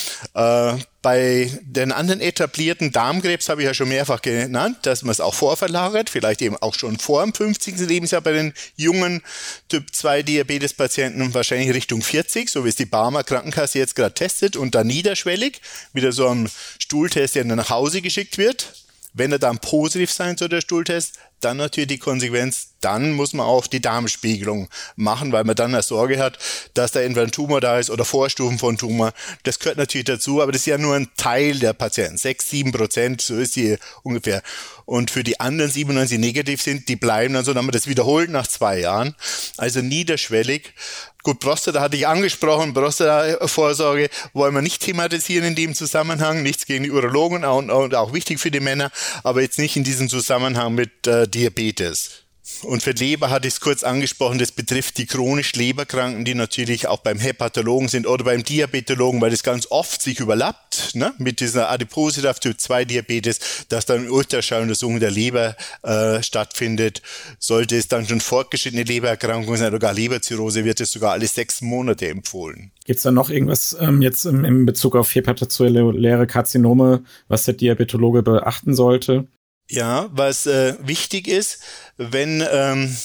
Äh, Bei den anderen etablierten Darmkrebs habe ich ja schon mehrfach genannt, dass man es auch vorverlagert, vielleicht eben auch schon vor dem fünfzigsten Lebensjahr bei den jungen Typ zwei Diabetespatienten, wahrscheinlich Richtung vierzig, so wie es die Barmer Krankenkasse jetzt gerade testet, und dann niederschwellig, wieder so ein Stuhltest, der dann nach Hause geschickt wird. Wenn er dann positiv sein soll, der Stuhltest, dann natürlich die Konsequenz, dann muss man auch die Darmspiegelung machen, weil man dann eine Sorge hat, dass da entweder ein Tumor da ist oder Vorstufen von Tumor. Das gehört natürlich dazu, aber das ist ja nur ein Teil der Patienten. Sechs, sieben Prozent, so ist die ungefähr. Und für die anderen siebenundneunzig, die negativ sind, die bleiben dann so, dann haben wir das wiederholt nach zwei Jahren. Also niederschwellig. Gut, Prostata hatte ich angesprochen, Prostata-Vorsorge wollen wir nicht thematisieren in dem Zusammenhang, nichts gegen die Urologen und, und auch wichtig für die Männer, aber jetzt nicht in diesem Zusammenhang mit äh, Diabetes. Und für Leber hatte ich es kurz angesprochen, das betrifft die chronisch Leberkranken, die natürlich auch beim Hepatologen sind oder beim Diabetologen, weil das ganz oft sich überlappt, ne, mit dieser Adipose Typ zwei Diabetes, dass dann Ultraschalluntersuchung der Leber äh, stattfindet. Sollte es dann schon fortgeschrittene Lebererkrankung sein oder gar Leberzirrhose, wird es sogar alle sechs Monate empfohlen. Gibt es da noch irgendwas ähm, jetzt im, im Bezug auf hepatozelluläre Karzinome, was der Diabetologe beachten sollte? Ja, was äh, wichtig ist, wenn ähm,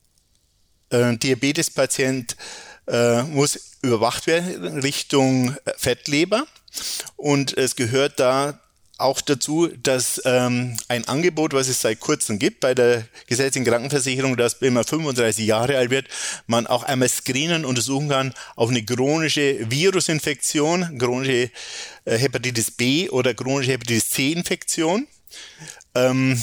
ein Diabetespatient äh, muss überwacht werden Richtung Fettleber, und es gehört da auch dazu, dass ähm, ein Angebot, was es seit kurzem gibt bei der gesetzlichen Krankenversicherung, dass wenn man fünfunddreißig Jahre alt wird, man auch einmal screenen untersuchen kann auf eine chronische Virusinfektion, chronische äh, Hepatitis B oder chronische Hepatitis C Infektion. Ähm,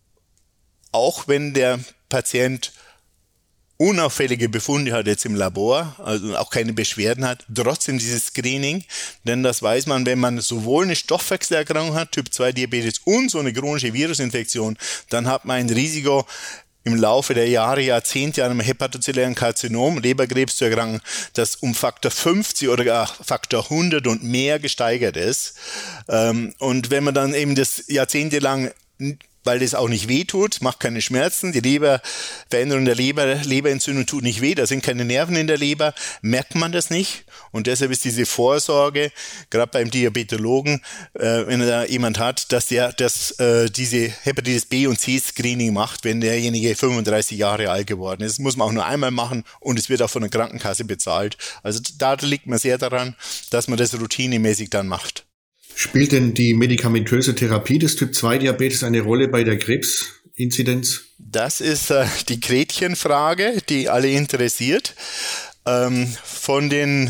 auch wenn der Patient unauffällige Befunde hat jetzt im Labor, also auch keine Beschwerden hat, trotzdem dieses Screening, denn das weiß man, wenn man sowohl eine Stoffwechselerkrankung hat, Typ zwei Diabetes und so eine chronische Virusinfektion, dann hat man ein Risiko, im Laufe der Jahre, Jahrzehnte an einem hepatozellulären Karzinom, Leberkrebs zu erkranken, das um Faktor fünfzig oder gar Faktor hundert und mehr gesteigert ist. Und wenn man dann eben das jahrzehntelang, weil das auch nicht weh tut, macht keine Schmerzen, die Leber, Veränderung der Leber, Leberentzündung tut nicht weh, da sind keine Nerven in der Leber, merkt man das nicht. Und deshalb ist diese Vorsorge, gerade beim Diabetologen, äh, wenn da jemand hat, dass der das, äh, diese Hepatitis B und C Screening macht, wenn derjenige fünfunddreißig Jahre alt geworden ist. Das muss man auch nur einmal machen, und es wird auch von der Krankenkasse bezahlt. Also da liegt man sehr daran, dass man das routinemäßig dann macht. Spielt denn die medikamentöse Therapie des Typ zwei Diabetes eine Rolle bei der Krebsinzidenz? Das ist äh, die Gretchenfrage, die alle interessiert. Ähm, von den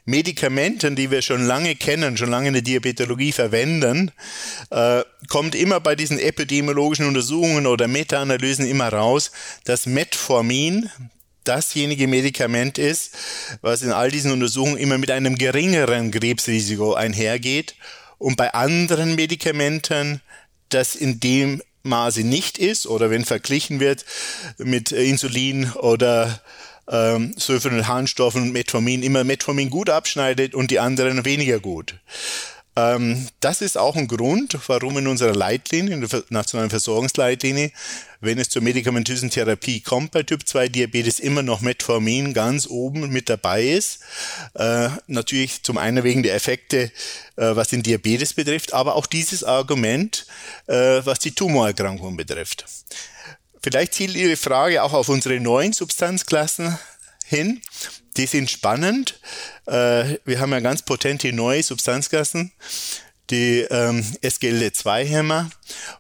Medikamenten, die wir schon lange kennen, schon lange in der Diabetologie verwenden, äh, kommt immer bei diesen epidemiologischen Untersuchungen oder Meta-Analysen immer raus, dass Metformin dasjenige Medikament ist, was in all diesen Untersuchungen immer mit einem geringeren Krebsrisiko einhergeht und bei anderen Medikamenten das in dem Maße nicht ist oder wenn verglichen wird mit Insulin oder ähm, Sulfonylharnstoffen und Metformin, immer Metformin gut abschneidet und die anderen weniger gut. Ähm, das ist auch ein Grund, warum in unserer Leitlinie, in der nationalen Versorgungsleitlinie, wenn es zur medikamentösen Therapie kommt bei Typ zwei Diabetes, immer noch Metformin ganz oben mit dabei ist. Äh, natürlich zum einen wegen der Effekte, äh, was den Diabetes betrifft, aber auch dieses Argument, äh, was die Tumorerkrankung betrifft. Vielleicht zielt Ihre Frage auch auf unsere neuen Substanzklassen hin. Die sind spannend. Äh, wir haben ja ganz potente neue Substanzklassen. Die ähm, S G L T zwei Hämmer,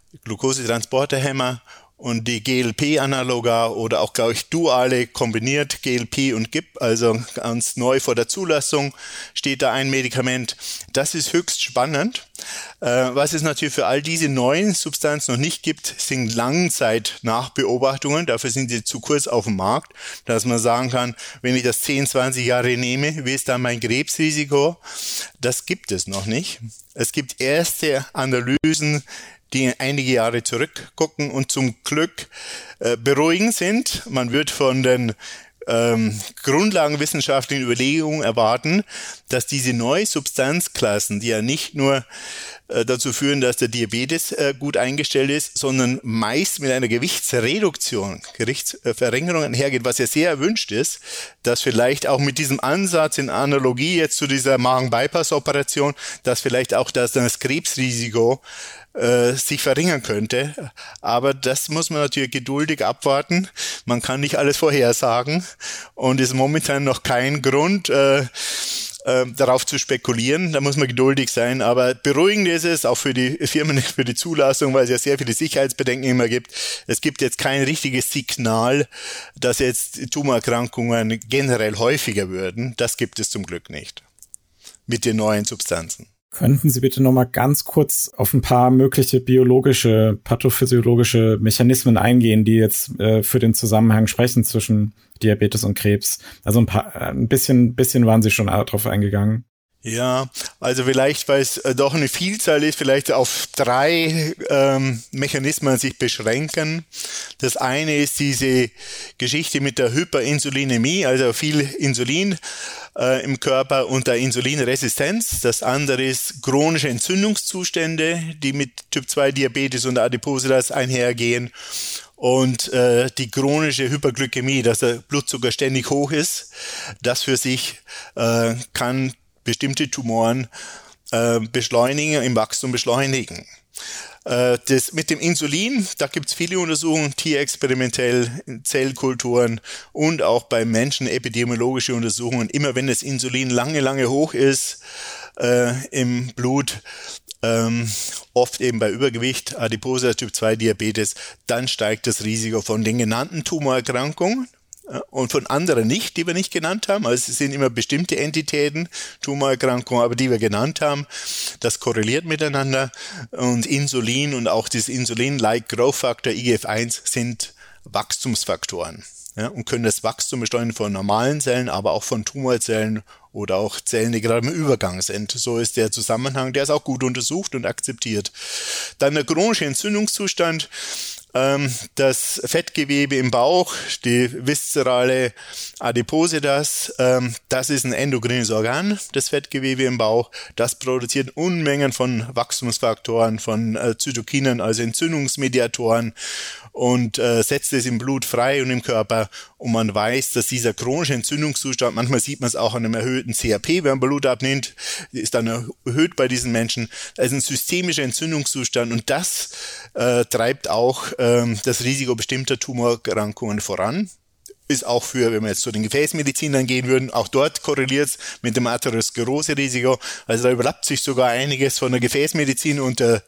Glukosetransporterhämmer und die G L P-Analoga oder auch, glaube ich, duale kombiniert G L P und G I P, also ganz neu vor der Zulassung steht da ein Medikament. Das ist höchst spannend. Äh, was es natürlich für all diese neuen Substanzen noch nicht gibt, sind Langzeit-Nachbeobachtungen. Dafür sind sie zu kurz auf dem Markt, dass man sagen kann, wenn ich das zehn, zwanzig Jahre nehme, wie ist dann mein Krebsrisiko? Das gibt es noch nicht. Es gibt erste Analysen, die einige Jahre zurückgucken und zum Glück äh, beruhigend sind. Man wird von den ähm, grundlagenwissenschaftlichen Überlegungen erwarten, dass diese neuen Substanzklassen, die ja nicht nur äh, dazu führen, dass der Diabetes äh, gut eingestellt ist, sondern meist mit einer Gewichtsreduktion, Gewichtsverringerung einhergeht, was ja sehr erwünscht ist, dass vielleicht auch mit diesem Ansatz in Analogie jetzt zu dieser Magen-Bypass-Operation, dass vielleicht auch das, das Krebsrisiko äh, sich verringern könnte. Aber das muss man natürlich geduldig abwarten. Man kann nicht alles vorhersagen und ist momentan noch kein Grund, äh, äh, darauf zu spekulieren. Da muss man geduldig sein. Aber beruhigend ist es, auch für die Firmen, für die Zulassung, weil es ja sehr viele Sicherheitsbedenken immer gibt. Es gibt jetzt kein richtiges Signal, dass jetzt Tumorerkrankungen generell häufiger würden. Das gibt es zum Glück nicht mit den neuen Substanzen. Könnten Sie bitte nochmal ganz kurz auf ein paar mögliche biologische, pathophysiologische Mechanismen eingehen, die jetzt äh, für den Zusammenhang sprechen zwischen Diabetes und Krebs? Also ein paar, ein bisschen, bisschen waren Sie schon darauf eingegangen. Ja, also vielleicht, weil es äh, doch eine Vielzahl ist, vielleicht auf drei ähm, Mechanismen sich beschränken. Das eine ist diese Geschichte mit der Hyperinsulinämie, also viel Insulin äh, im Körper und der Insulinresistenz. Das andere ist chronische Entzündungszustände, die mit Typ zwei Diabetes und Adipositas einhergehen. Und äh, die chronische Hyperglykämie, dass der Blutzucker ständig hoch ist, das für sich äh, kann bestimmte Tumoren äh, beschleunigen, im Wachstum beschleunigen. Äh, das mit dem Insulin, da gibt es viele Untersuchungen, tierexperimentell, Zellkulturen und auch bei Menschen epidemiologische Untersuchungen. Immer wenn das Insulin lange, lange hoch ist äh, im Blut, ähm, oft eben bei Übergewicht, Adipositas, Typ zwei Diabetes, dann steigt das Risiko von den genannten Tumorerkrankungen. Und von anderen nicht, die wir nicht genannt haben. Also es sind immer bestimmte Entitäten, Tumorerkrankungen, aber die wir genannt haben. Das korreliert miteinander. Und Insulin und auch das Insulin-like Growth Factor I G F eins sind Wachstumsfaktoren, ja, und können das Wachstum beschleunigen von normalen Zellen, aber auch von Tumorzellen oder auch Zellen, die gerade im Übergang sind. So ist der Zusammenhang, der ist auch gut untersucht und akzeptiert. Dann der chronische Entzündungszustand. Das Fettgewebe im Bauch, die viszerale Adipositas, das ist ein endokrines Organ, das Fettgewebe im Bauch. Das produziert Unmengen von Wachstumsfaktoren, von Zytokinen, also Entzündungsmediatoren, und äh, setzt es im Blut frei und im Körper. Und man weiß, dass dieser chronische Entzündungszustand, manchmal sieht man es auch an einem erhöhten C R P, wenn man Blut abnimmt, ist dann erhöht bei diesen Menschen. Das ist ein systemischer Entzündungszustand und das äh, treibt auch ähm, das Risiko bestimmter Tumorerkrankungen voran. Ist auch für, wenn wir jetzt zu den Gefäßmedizinern gehen würden, auch dort korreliert es mit dem Atherosklerose-Risiko. Also da überlappt sich sogar einiges von der Gefäßmedizin und der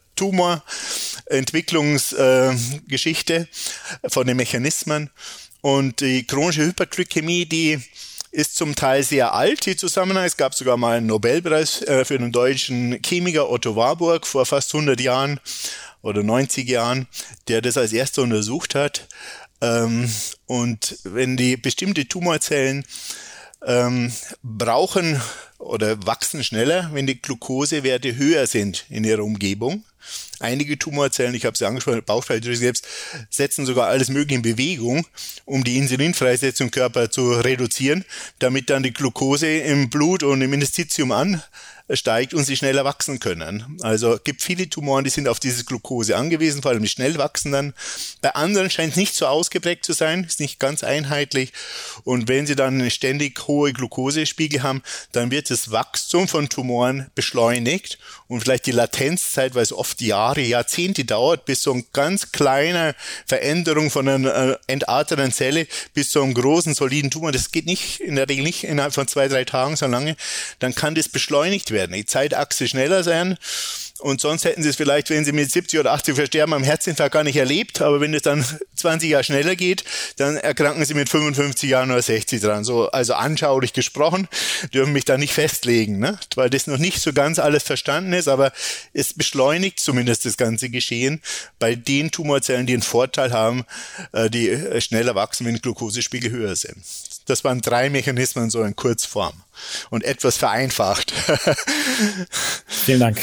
Tumorentwicklungsgeschichte äh, von den Mechanismen. Und die chronische Hyperglykämie, die ist zum Teil sehr alt, die Zusammenhang. Es gab sogar mal einen Nobelpreis äh, für den deutschen Chemiker Otto Warburg vor fast hundert Jahren oder neunzig Jahren, der das als erster untersucht hat. Ähm, und wenn die bestimmte Tumorzellen ähm, brauchen oder wachsen schneller, wenn die Glukosewerte höher sind in ihrer Umgebung. Einige Tumorzellen, ich habe sie angesprochen, Bauchspeicheldrüse selbst, setzen sogar alles Mögliche in Bewegung, um die Insulinfreisetzung im Körper zu reduzieren, damit dann die Glukose im Blut und im Interstitium ansteigt und sie schneller wachsen können. Also es gibt viele Tumoren, die sind auf diese Glukose angewiesen, vor allem die schnell wachsen dann. Bei anderen scheint es nicht so ausgeprägt zu sein, ist nicht ganz einheitlich. Und wenn sie dann eine ständig hohe Glukosespiegel haben, dann wird das Wachstum von Tumoren beschleunigt und vielleicht die Latenzzeit, weil es oft Jahre, Jahrzehnte dauert, bis so eine ganz kleine Veränderung von einer entarteten Zelle bis zu einem großen, soliden Tumor, das geht nicht, in der Regel nicht innerhalb von zwei, drei Tagen so lange, dann kann das beschleunigt werden, die Zeitachse schneller sein. Und sonst hätten sie es vielleicht, wenn sie mit siebzig oder achtzig versterben, am Herzinfarkt gar nicht erlebt. Aber wenn es dann zwanzig Jahre schneller geht, dann erkranken sie mit fünfundfünfzig Jahren oder sechzig dran. So, also anschaulich gesprochen, dürfen mich da nicht festlegen, ne? Weil das noch nicht so ganz alles verstanden ist. Aber es beschleunigt zumindest das ganze Geschehen bei den Tumorzellen, die einen Vorteil haben, die schneller wachsen, wenn Glukosespiegel höher sind. Das waren drei Mechanismen so in Kurzform und etwas vereinfacht. Vielen Dank.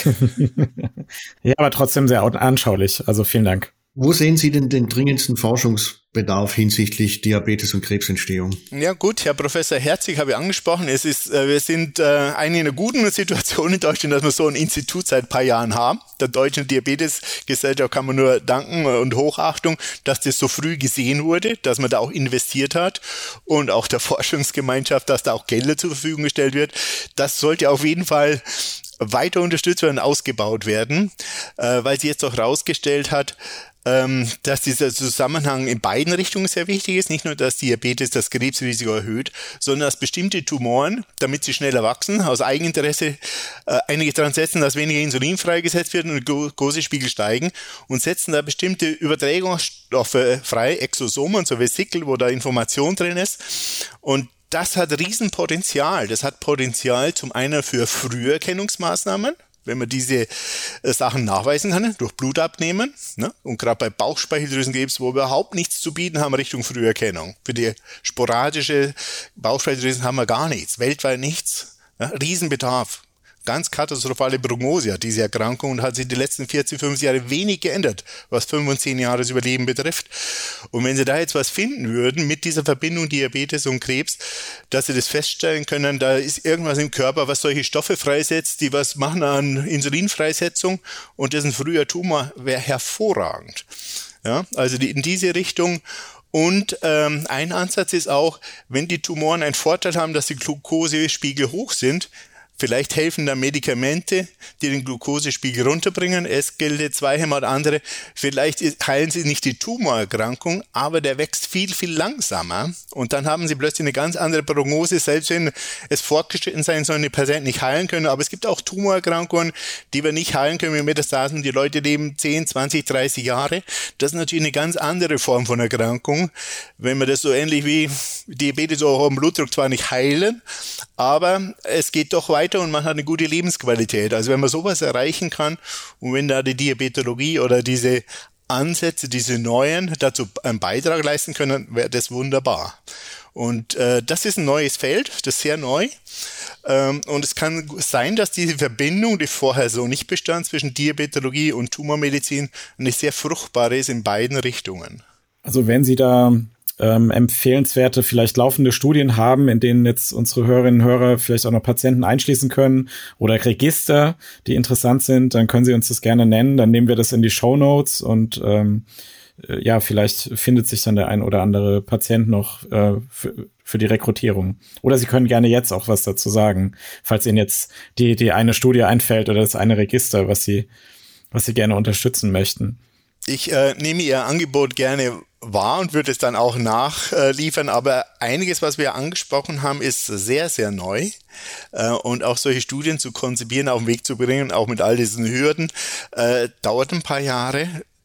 Ja, aber trotzdem sehr anschaulich. Also vielen Dank. Wo sehen Sie denn den dringendsten Forschungsbedarf hinsichtlich Diabetes und Krebsentstehung? Ja gut, Herr Professor Herzig habe ich angesprochen. Es ist, äh, wir sind äh, eigentlich in einer guten Situation in Deutschland, dass wir so ein Institut seit ein paar Jahren haben. Der Deutschen Diabetesgesellschaft kann man nur danken und Hochachtung, dass das so früh gesehen wurde, dass man da auch investiert hat und auch der Forschungsgemeinschaft, dass da auch Gelder zur Verfügung gestellt wird. Das sollte auf jeden Fall weiter unterstützt werden, ausgebaut werden, äh, weil sie jetzt auch rausgestellt hat, ähm, dass dieser Zusammenhang in beiden Richtungen sehr wichtig ist. Nicht nur, dass Diabetes das Krebsrisiko erhöht, sondern dass bestimmte Tumoren, damit sie schneller wachsen, aus Eigeninteresse äh, einige daran setzen, dass weniger Insulin freigesetzt wird und die Glukosespiegel steigen und setzen da bestimmte Übertragungsstoffe frei, Exosomen, so Vesikel, wo da Information drin ist. Und das hat Riesenpotenzial. Das hat Potenzial zum einen für Früherkennungsmaßnahmen, wenn man diese äh, Sachen nachweisen kann, durch Blutabnehmen, ne? Und gerade bei Bauchspeicheldrüsenkrebs, wo wir überhaupt nichts zu bieten haben Richtung Früherkennung. Für die sporadische Bauchspeicheldrüsen haben wir gar nichts, weltweit nichts. Ja? Riesenbedarf. Ganz katastrophale Prognose hat diese Erkrankung und hat sich die letzten vierzig, fünfzig Jahre wenig geändert, was fünf und zehn Jahre das Überleben betrifft. Und wenn Sie da jetzt was finden würden mit dieser Verbindung Diabetes und Krebs, dass Sie das feststellen können, da ist irgendwas im Körper, was solche Stoffe freisetzt, die was machen an Insulinfreisetzung und das ist ein früher Tumor, wäre hervorragend. Ja, also die, in diese Richtung. Und ähm, ein Ansatz ist auch, wenn die Tumoren einen Vorteil haben, dass die Glukosespiegel hoch sind, vielleicht helfen da Medikamente, die den Glukosespiegel runterbringen. Es gilt zweimal andere. Vielleicht heilen sie nicht die Tumorerkrankung, aber der wächst viel, viel langsamer. Und dann haben sie plötzlich eine ganz andere Prognose, selbst wenn es fortgeschritten sein soll, die Patienten nicht heilen können. Aber es gibt auch Tumorerkrankungen, die wir nicht heilen können mit Metastasen. Die Leute leben zehn, zwanzig, dreißig Jahre. Das ist natürlich eine ganz andere Form von Erkrankung. Wenn wir das so ähnlich wie Diabetes oder hohen Blutdruck zwar nicht heilen, aber es geht doch weiter und man hat eine gute Lebensqualität. Also wenn man sowas erreichen kann und wenn da die Diabetologie oder diese Ansätze, diese neuen, dazu einen Beitrag leisten können, wäre das wunderbar. Und äh, das ist ein neues Feld, das ist sehr neu. Ähm, und es kann sein, dass diese Verbindung, die vorher so nicht bestand, zwischen Diabetologie und Tumormedizin, eine sehr fruchtbare ist in beiden Richtungen. Also wenn Sie da Ähm, empfehlenswerte, vielleicht laufende Studien haben, in denen jetzt unsere Hörerinnen und Hörer vielleicht auch noch Patienten einschließen können oder Register, die interessant sind, dann können Sie uns das gerne nennen. Dann nehmen wir das in die Shownotes und ähm, ja, vielleicht findet sich dann der ein oder andere Patient noch äh, für, für die Rekrutierung. Oder Sie können gerne jetzt auch was dazu sagen, falls Ihnen jetzt die, die eine Studie einfällt oder das eine Register, was Sie, was Sie gerne unterstützen möchten. Ich äh, nehme Ihr Angebot gerne wahr und würde es dann auch nachliefern, aber einiges, was wir angesprochen haben, ist sehr, sehr neu äh, und auch solche Studien zu konzipieren, auf den Weg zu bringen, auch mit all diesen Hürden, äh, dauert ein paar Jahre.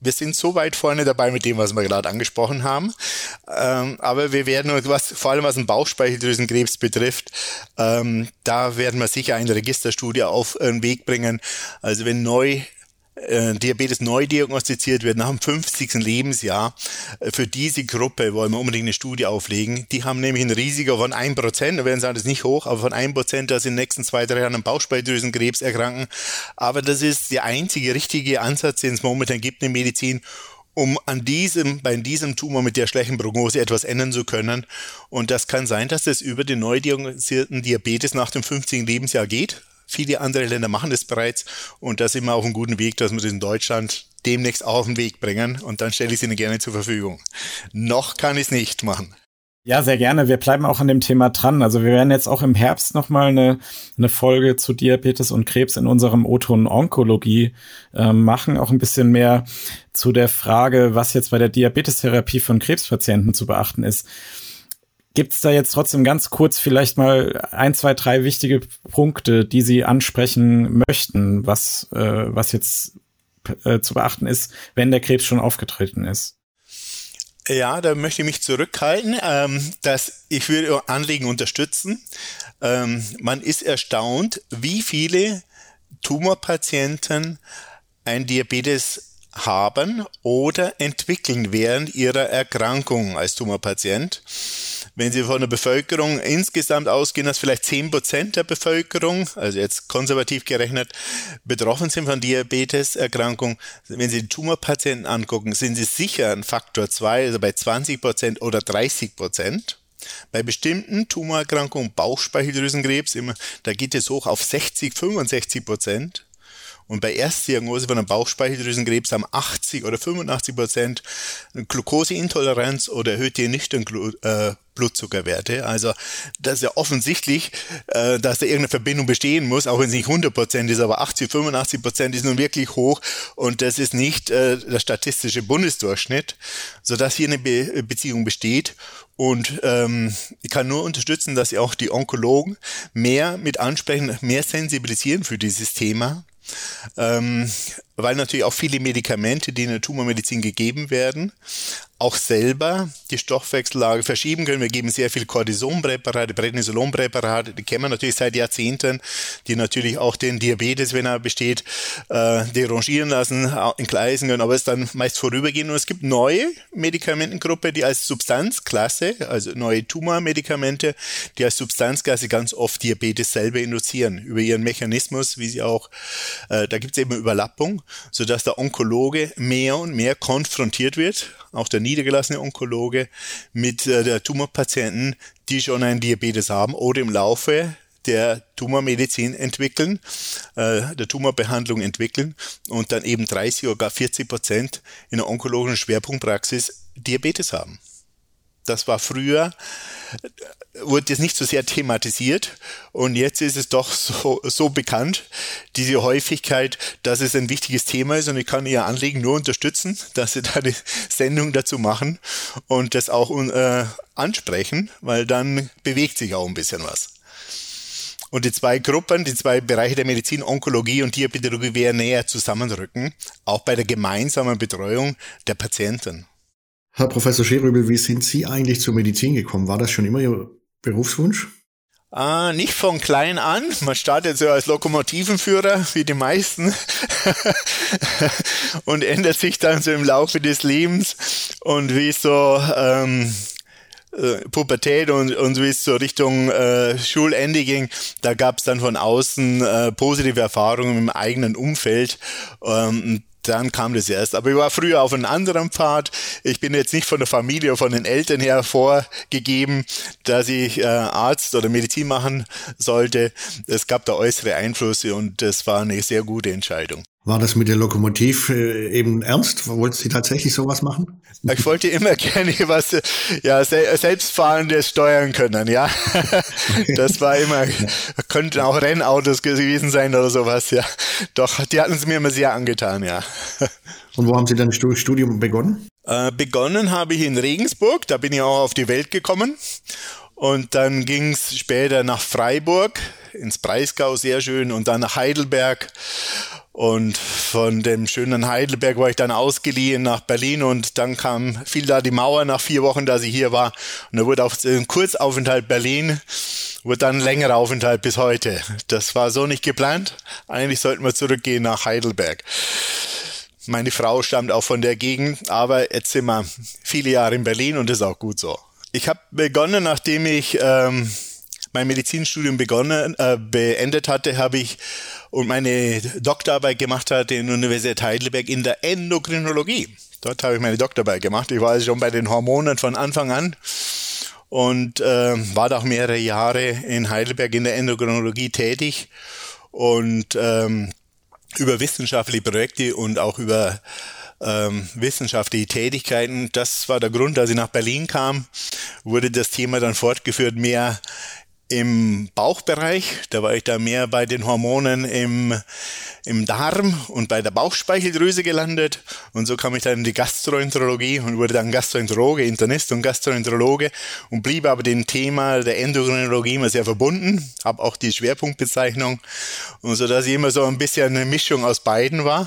wir sind so weit vorne dabei mit dem, was wir gerade angesprochen haben. Ähm, aber wir werden, was, vor allem was den Bauchspeicheldrüsenkrebs betrifft, ähm, da werden wir sicher eine Registerstudie auf den Weg bringen. Also wenn neu äh, Diabetes neu diagnostiziert wird nach dem fünfzigsten Lebensjahr, äh, für diese Gruppe wollen wir unbedingt eine Studie auflegen. Die haben nämlich ein Risiko von ein Prozent, da werden sagen, das ist nicht hoch, aber von ein Prozent, dass sie in den nächsten zwei, drei Jahren an Bauchspeicheldrüsenkrebs erkranken. Aber das ist der einzige richtige Ansatz, den es momentan gibt in der Medizin, um an diesem, bei diesem Tumor mit der schlechten Prognose etwas ändern zu können. Und das kann sein, dass das über den neu diagnostisierten Diabetes nach dem fünfzigsten Lebensjahr geht. Viele andere Länder machen das bereits und da sind wir auf einem guten Weg, dass wir das in Deutschland demnächst auch auf den Weg bringen und dann stelle ich es Ihnen gerne zur Verfügung. Noch kann ich es nicht machen. Ja, sehr gerne. Wir bleiben auch an dem Thema dran. Also wir werden jetzt auch im Herbst nochmal eine, eine Folge zu Diabetes und Krebs in unserem O-Ton Onkologie äh, machen. Auch ein bisschen mehr zu der Frage, was jetzt bei der Diabetestherapie von Krebspatienten zu beachten ist. Gibt's da jetzt trotzdem ganz kurz vielleicht mal ein, zwei, drei wichtige Punkte, die Sie ansprechen möchten, was, äh, was jetzt äh, zu beachten ist, wenn der Krebs schon aufgetreten ist? Ja, da möchte ich mich zurückhalten. Ähm, dass ich würde Ihr Anliegen unterstützen. Ähm, man ist erstaunt, wie viele Tumorpatienten ein Diabetes haben oder entwickeln während ihrer Erkrankung als Tumorpatient. Wenn Sie von der Bevölkerung insgesamt ausgehen, dass vielleicht zehn Prozent der Bevölkerung, also jetzt konservativ gerechnet, betroffen sind von Diabeteserkrankung, wenn Sie die Tumorpatienten angucken, sind Sie sicher ein Faktor zwei, also bei zwanzig Prozent oder dreißig Prozent. Bei bestimmten Tumorerkrankungen, Bauchspeicheldrüsenkrebs, immer, da geht es hoch auf sechzig, fünfundsechzig Prozent. Und bei Erstdiagnose von einem Bauchspeicheldrüsenkrebs haben achtzig oder fünfundachtzig Prozent Glukoseintoleranz oder erhöhte nüchtern äh, Blutzuckerwerte. Also das ist ja offensichtlich, äh, dass da irgendeine Verbindung bestehen muss, auch wenn es nicht hundert Prozent ist, aber achtzig, fünfundachtzig Prozent ist nun wirklich hoch und das ist nicht äh, der statistische Bundesdurchschnitt, sodass hier eine Be- Beziehung besteht. Und ähm, ich kann nur unterstützen, dass Sie auch die Onkologen mehr mit ansprechen, mehr sensibilisieren für dieses Thema. Ähm, weil natürlich auch viele Medikamente, die in der Tumormedizin gegeben werden, auch selber die Stoffwechsellage verschieben können. Wir geben sehr viel Cortisonpräparate, Prednisolonpräparate, die kennen wir natürlich seit Jahrzehnten, die natürlich auch den Diabetes, wenn er besteht, äh, derangieren lassen, entgleisen können, aber es ist dann meist vorübergehend. Und es gibt neue Medikamentengruppe, die als Substanzklasse, also neue Tumormedikamente, die als Substanzklasse ganz oft Diabetes selber induzieren, über ihren Mechanismus, wie sie auch, äh, da gibt es eben Überlappung, sodass der Onkologe mehr und mehr konfrontiert wird, auch der niedergelassene Onkologe, mit äh, der Tumorpatienten, die schon einen Diabetes haben oder im Laufe der Tumormedizin entwickeln, äh, der Tumorbehandlung entwickeln und dann eben dreißig oder gar vierzig Prozent in der onkologischen Schwerpunktpraxis Diabetes haben. Das war früher, wurde das nicht so sehr thematisiert und jetzt ist es doch so, so bekannt, diese Häufigkeit, dass es ein wichtiges Thema ist und ich kann Ihr Anliegen nur unterstützen, dass Sie da eine Sendung dazu machen und das auch äh, ansprechen, weil dann bewegt sich auch ein bisschen was. Und die zwei Gruppen, die zwei Bereiche der Medizin, Onkologie und Diabetologie, werden näher zusammenrücken, auch bei der gemeinsamen Betreuung der Patienten. Herr Professor Scherübel, wie sind Sie eigentlich zur Medizin gekommen? War das schon immer Ihr Berufswunsch? Ah, nicht von klein an. Man startet so als Lokomotivenführer, wie die meisten, und ändert sich dann so im Laufe des Lebens. Und wie so ähm, äh, Pubertät und, und wie es so Richtung äh, Schulende ging, da gab es dann von außen äh, positive Erfahrungen im eigenen Umfeld. Ähm, Dann kam das erst. Aber ich war früher auf einem anderen Pfad. Ich bin jetzt nicht von der Familie oder von den Eltern her vorgegeben, dass ich äh, Arzt oder Medizin machen sollte. Es gab da äußere Einflüsse und das war eine sehr gute Entscheidung. War das mit der Lokomotiv äh, eben ernst? Wollten Sie tatsächlich sowas machen? Ich wollte immer gerne was ja, se- selbstfahrendes steuern können, ja. Das war immer, könnten auch Rennautos gewesen sein oder sowas, ja. Doch, die hatten es mir immer sehr angetan, ja. Und wo haben Sie dann das Studium begonnen? Äh, begonnen habe ich in Regensburg, da bin ich auch auf die Welt gekommen. Und dann ging es später nach Freiburg, ins Breisgau, sehr schön, und dann nach Heidelberg. Und von dem schönen Heidelberg war ich dann ausgeliehen nach Berlin und dann kam, fiel da die Mauer nach vier Wochen, dass ich hier war. Und da wurde auf einen Kurzaufenthalt Berlin, wurde dann ein längerer Aufenthalt bis heute. Das war so nicht geplant. Eigentlich sollten wir zurückgehen nach Heidelberg. Meine Frau stammt auch von der Gegend, aber jetzt sind wir viele Jahre in Berlin und das ist auch gut so. Ich habe begonnen, nachdem ich ähm, mein Medizinstudium begonnen, äh, beendet hatte, habe ich und meine Doktorarbeit gemacht hatte in der Universität Heidelberg in der Endokrinologie. Dort habe ich meine Doktorarbeit gemacht. Ich war also schon bei den Hormonen von Anfang an und äh, war da auch mehrere Jahre in Heidelberg in der Endokrinologie tätig und ähm, über wissenschaftliche Projekte und auch über ähm, wissenschaftliche Tätigkeiten. Das war der Grund, dass ich nach Berlin kam, wurde das Thema dann fortgeführt, mehr im Bauchbereich. Da war ich da mehr bei den Hormonen im, im Darm und bei der Bauchspeicheldrüse gelandet. Und so kam ich dann in die Gastroenterologie und wurde dann Gastroenterologe, Internist und Gastroenterologe und blieb aber dem Thema der Endokrinologie immer sehr verbunden. Habe auch die Schwerpunktbezeichnung. Und so, dass ich immer so ein bisschen eine Mischung aus beiden war.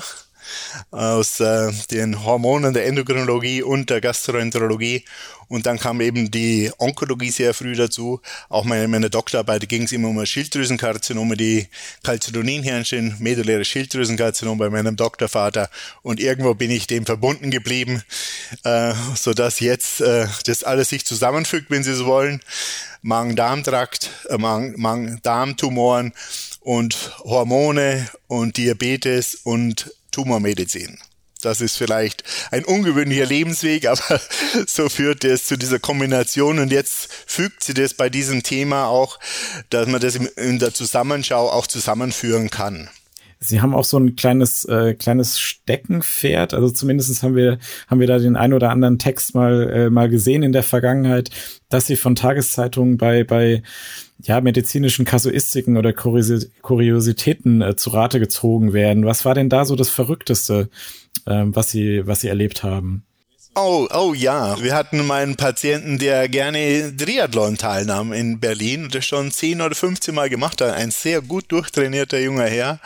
Aus äh, den Hormonen der Endokrinologie und der Gastroenterologie. Und dann kam eben die Onkologie sehr früh dazu. Auch meine, meine Doktorarbeit ging es immer um Schilddrüsenkarzinome, die Calcitonin-Herrchen, medulläre Schilddrüsenkarzinom bei meinem Doktorvater. Und irgendwo bin ich dem verbunden geblieben, äh, sodass jetzt äh, das alles sich zusammenfügt, wenn Sie so wollen. Magen-Darm-Trakt, äh, Magen-Darm-Tumoren und Hormone und Diabetes und Tumormedizin. Das ist vielleicht ein ungewöhnlicher Lebensweg, aber so führt es zu dieser Kombination und jetzt fügt sie das bei diesem Thema auch, dass man das in der Zusammenschau auch zusammenführen kann. Sie haben auch so ein kleines äh, kleines Steckenpferd, also zumindest haben wir haben wir da den ein oder anderen Text mal äh, mal gesehen in der Vergangenheit, dass Sie von Tageszeitungen bei bei ja medizinischen Kasuistiken oder Kurios- Kuriositäten äh, zu Rate gezogen werden. Was war denn da so das Verrückteste, äh, was Sie was Sie erlebt haben? Oh, oh ja, wir hatten mal einen Patienten, der gerne Triathlon teilnahm in Berlin und das schon zehn oder fünfzehn Mal gemacht hat. Ein sehr gut durchtrainierter junger Herr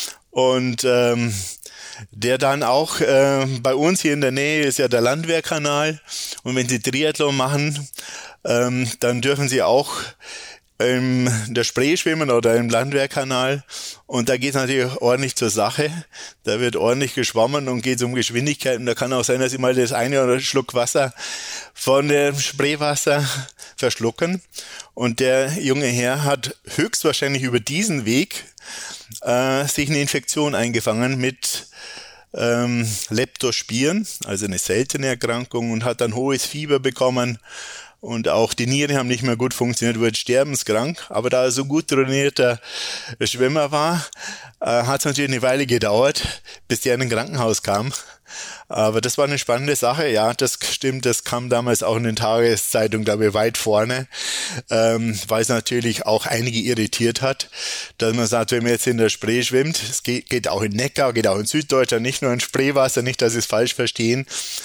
und ähm, der dann auch äh, bei uns hier in der Nähe ist ja der Landwehrkanal und wenn Sie Triathlon machen, ähm, dann dürfen Sie auch in der Spree schwimmen oder im Landwehrkanal und da geht es natürlich ordentlich zur Sache. Da wird ordentlich geschwommen und geht um Geschwindigkeit und da kann auch sein, dass Sie mal das eine oder andere Schluck Wasser von dem Spreewasser verschlucken und der junge Herr hat höchstwahrscheinlich über diesen Weg äh, sich eine Infektion eingefangen mit ähm, Leptospiren, also eine seltene Erkrankung und hat dann hohes Fieber bekommen. Und auch die Nieren haben nicht mehr gut funktioniert, wurde sterbenskrank. Aber da er so gut trainierter Schwimmer war, äh, hat es natürlich eine Weile gedauert, bis der in ein Krankenhaus kam. Aber das war eine spannende Sache. Ja, das stimmt. Das kam damals auch in den Tageszeitungen, glaube ich, weit vorne, ähm, weil es natürlich auch einige irritiert hat, dass man sagt, wenn man jetzt in der Spree schwimmt, es geht, geht auch in Neckar, geht auch in Süddeutschland, nicht nur in Spreewasser, nicht, dass Sie es falsch verstehen.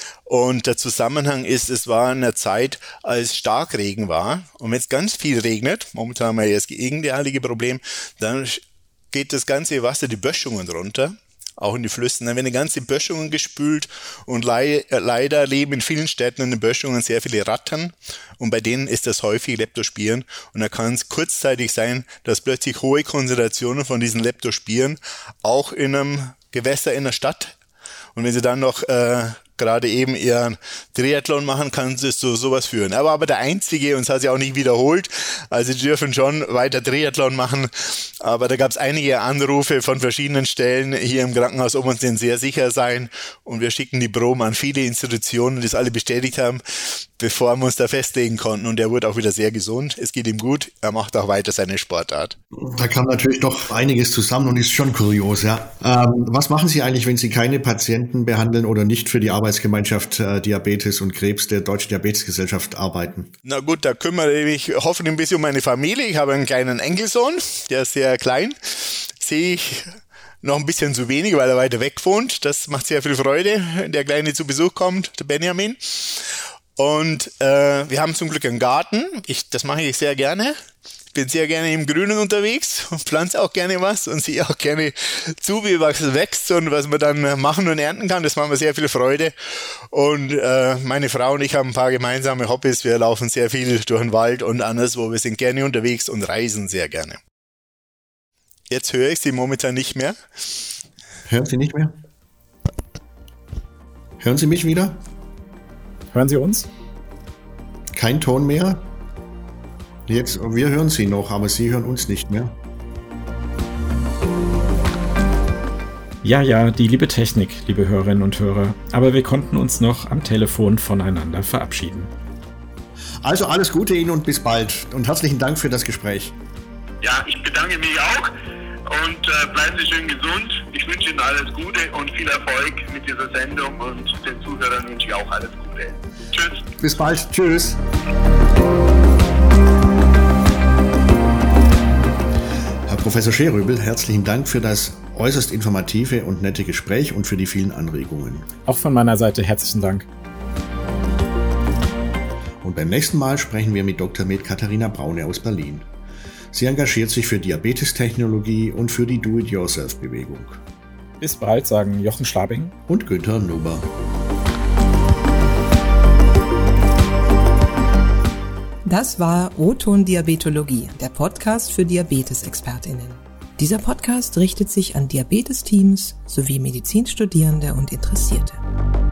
Und der Zusammenhang ist, es war in der Zeit, als Starkregen war. Und wenn es ganz viel regnet, momentan haben wir ja das gegenteiligen Problem, dann geht das ganze Wasser die Böschungen runter, auch in die Flüsse. Dann werden die ganze Böschungen gespült und le- leider leben in vielen Städten in den Böschungen sehr viele Ratten und bei denen ist das häufig Leptospiren und da kann es kurzzeitig sein, dass plötzlich hohe Konzentrationen von diesen Leptospiren auch in einem Gewässer in der Stadt und wenn sie dann noch äh, gerade eben ihren Triathlon machen, kann es zu sowas führen. Er war aber der Einzige und es hat sich auch nicht wiederholt. Also sie dürfen schon weiter Triathlon machen, aber da gab es einige Anrufe von verschiedenen Stellen hier im Krankenhaus, ob uns denn sehr sicher sein und wir schicken die Proben an viele Institutionen, die das alle bestätigt haben, bevor wir uns da festlegen konnten und er wurde auch wieder sehr gesund. Es geht ihm gut, er macht auch weiter seine Sportart. Da kam natürlich doch einiges zusammen und ist schon kurios, ja. Ähm, was machen Sie eigentlich, wenn Sie keine Patienten behandeln oder nicht für die Arbeitsgemeinschaft äh, Diabetes und Krebs der Deutschen Diabetesgesellschaft arbeiten? Na gut, da kümmere ich mich hoffentlich ein bisschen um meine Familie. Ich habe einen kleinen Enkelsohn, der ist sehr klein. Sehe ich noch ein bisschen zu wenig, weil er weiter weg wohnt. Das macht sehr viel Freude, wenn der Kleine zu Besuch kommt, der Benjamin. Und äh, wir haben zum Glück einen Garten. Ich, das mache ich sehr gerne. bin sehr gerne im Grünen unterwegs und pflanze auch gerne was und sehe auch gerne zu, wie was wächst und was man dann machen und ernten kann. Das macht mir sehr viel Freude. Und äh, meine Frau und ich haben ein paar gemeinsame Hobbys. Wir laufen sehr viel durch den Wald und anderswo. Wir sind gerne unterwegs und reisen sehr gerne. Jetzt höre ich Sie momentan nicht mehr. Hören Sie nicht mehr? Hören Sie mich wieder? Hören Sie uns? Kein Ton mehr? Jetzt, wir hören Sie noch, aber Sie hören uns nicht mehr. Ja, ja, die liebe Technik, liebe Hörerinnen und Hörer. Aber wir konnten uns noch am Telefon voneinander verabschieden. Also alles Gute Ihnen und bis bald. Und herzlichen Dank für das Gespräch. Ja, ich bedanke mich auch und äh, bleiben Sie schön gesund. Ich wünsche Ihnen alles Gute und viel Erfolg mit dieser Sendung und den Zuhörern wünsche ich auch alles Gute. Tschüss. Bis bald. Tschüss. Herr Professor Scheröbel, herzlichen Dank für das äußerst informative und nette Gespräch und für die vielen Anregungen. Auch von meiner Seite herzlichen Dank. Und beim nächsten Mal sprechen wir mit Doktor Med Katharina Braune aus Berlin. Sie engagiert sich für Diabetestechnologie und für die Do-it-yourself-Bewegung. Bis bald, sagen Jochen Schlabing und Günther Nuber. Das war O-Ton Diabetologie, der Podcast für Diabetesexpertinnen. Dieser Podcast richtet sich an Diabetesteams sowie Medizinstudierende und Interessierte.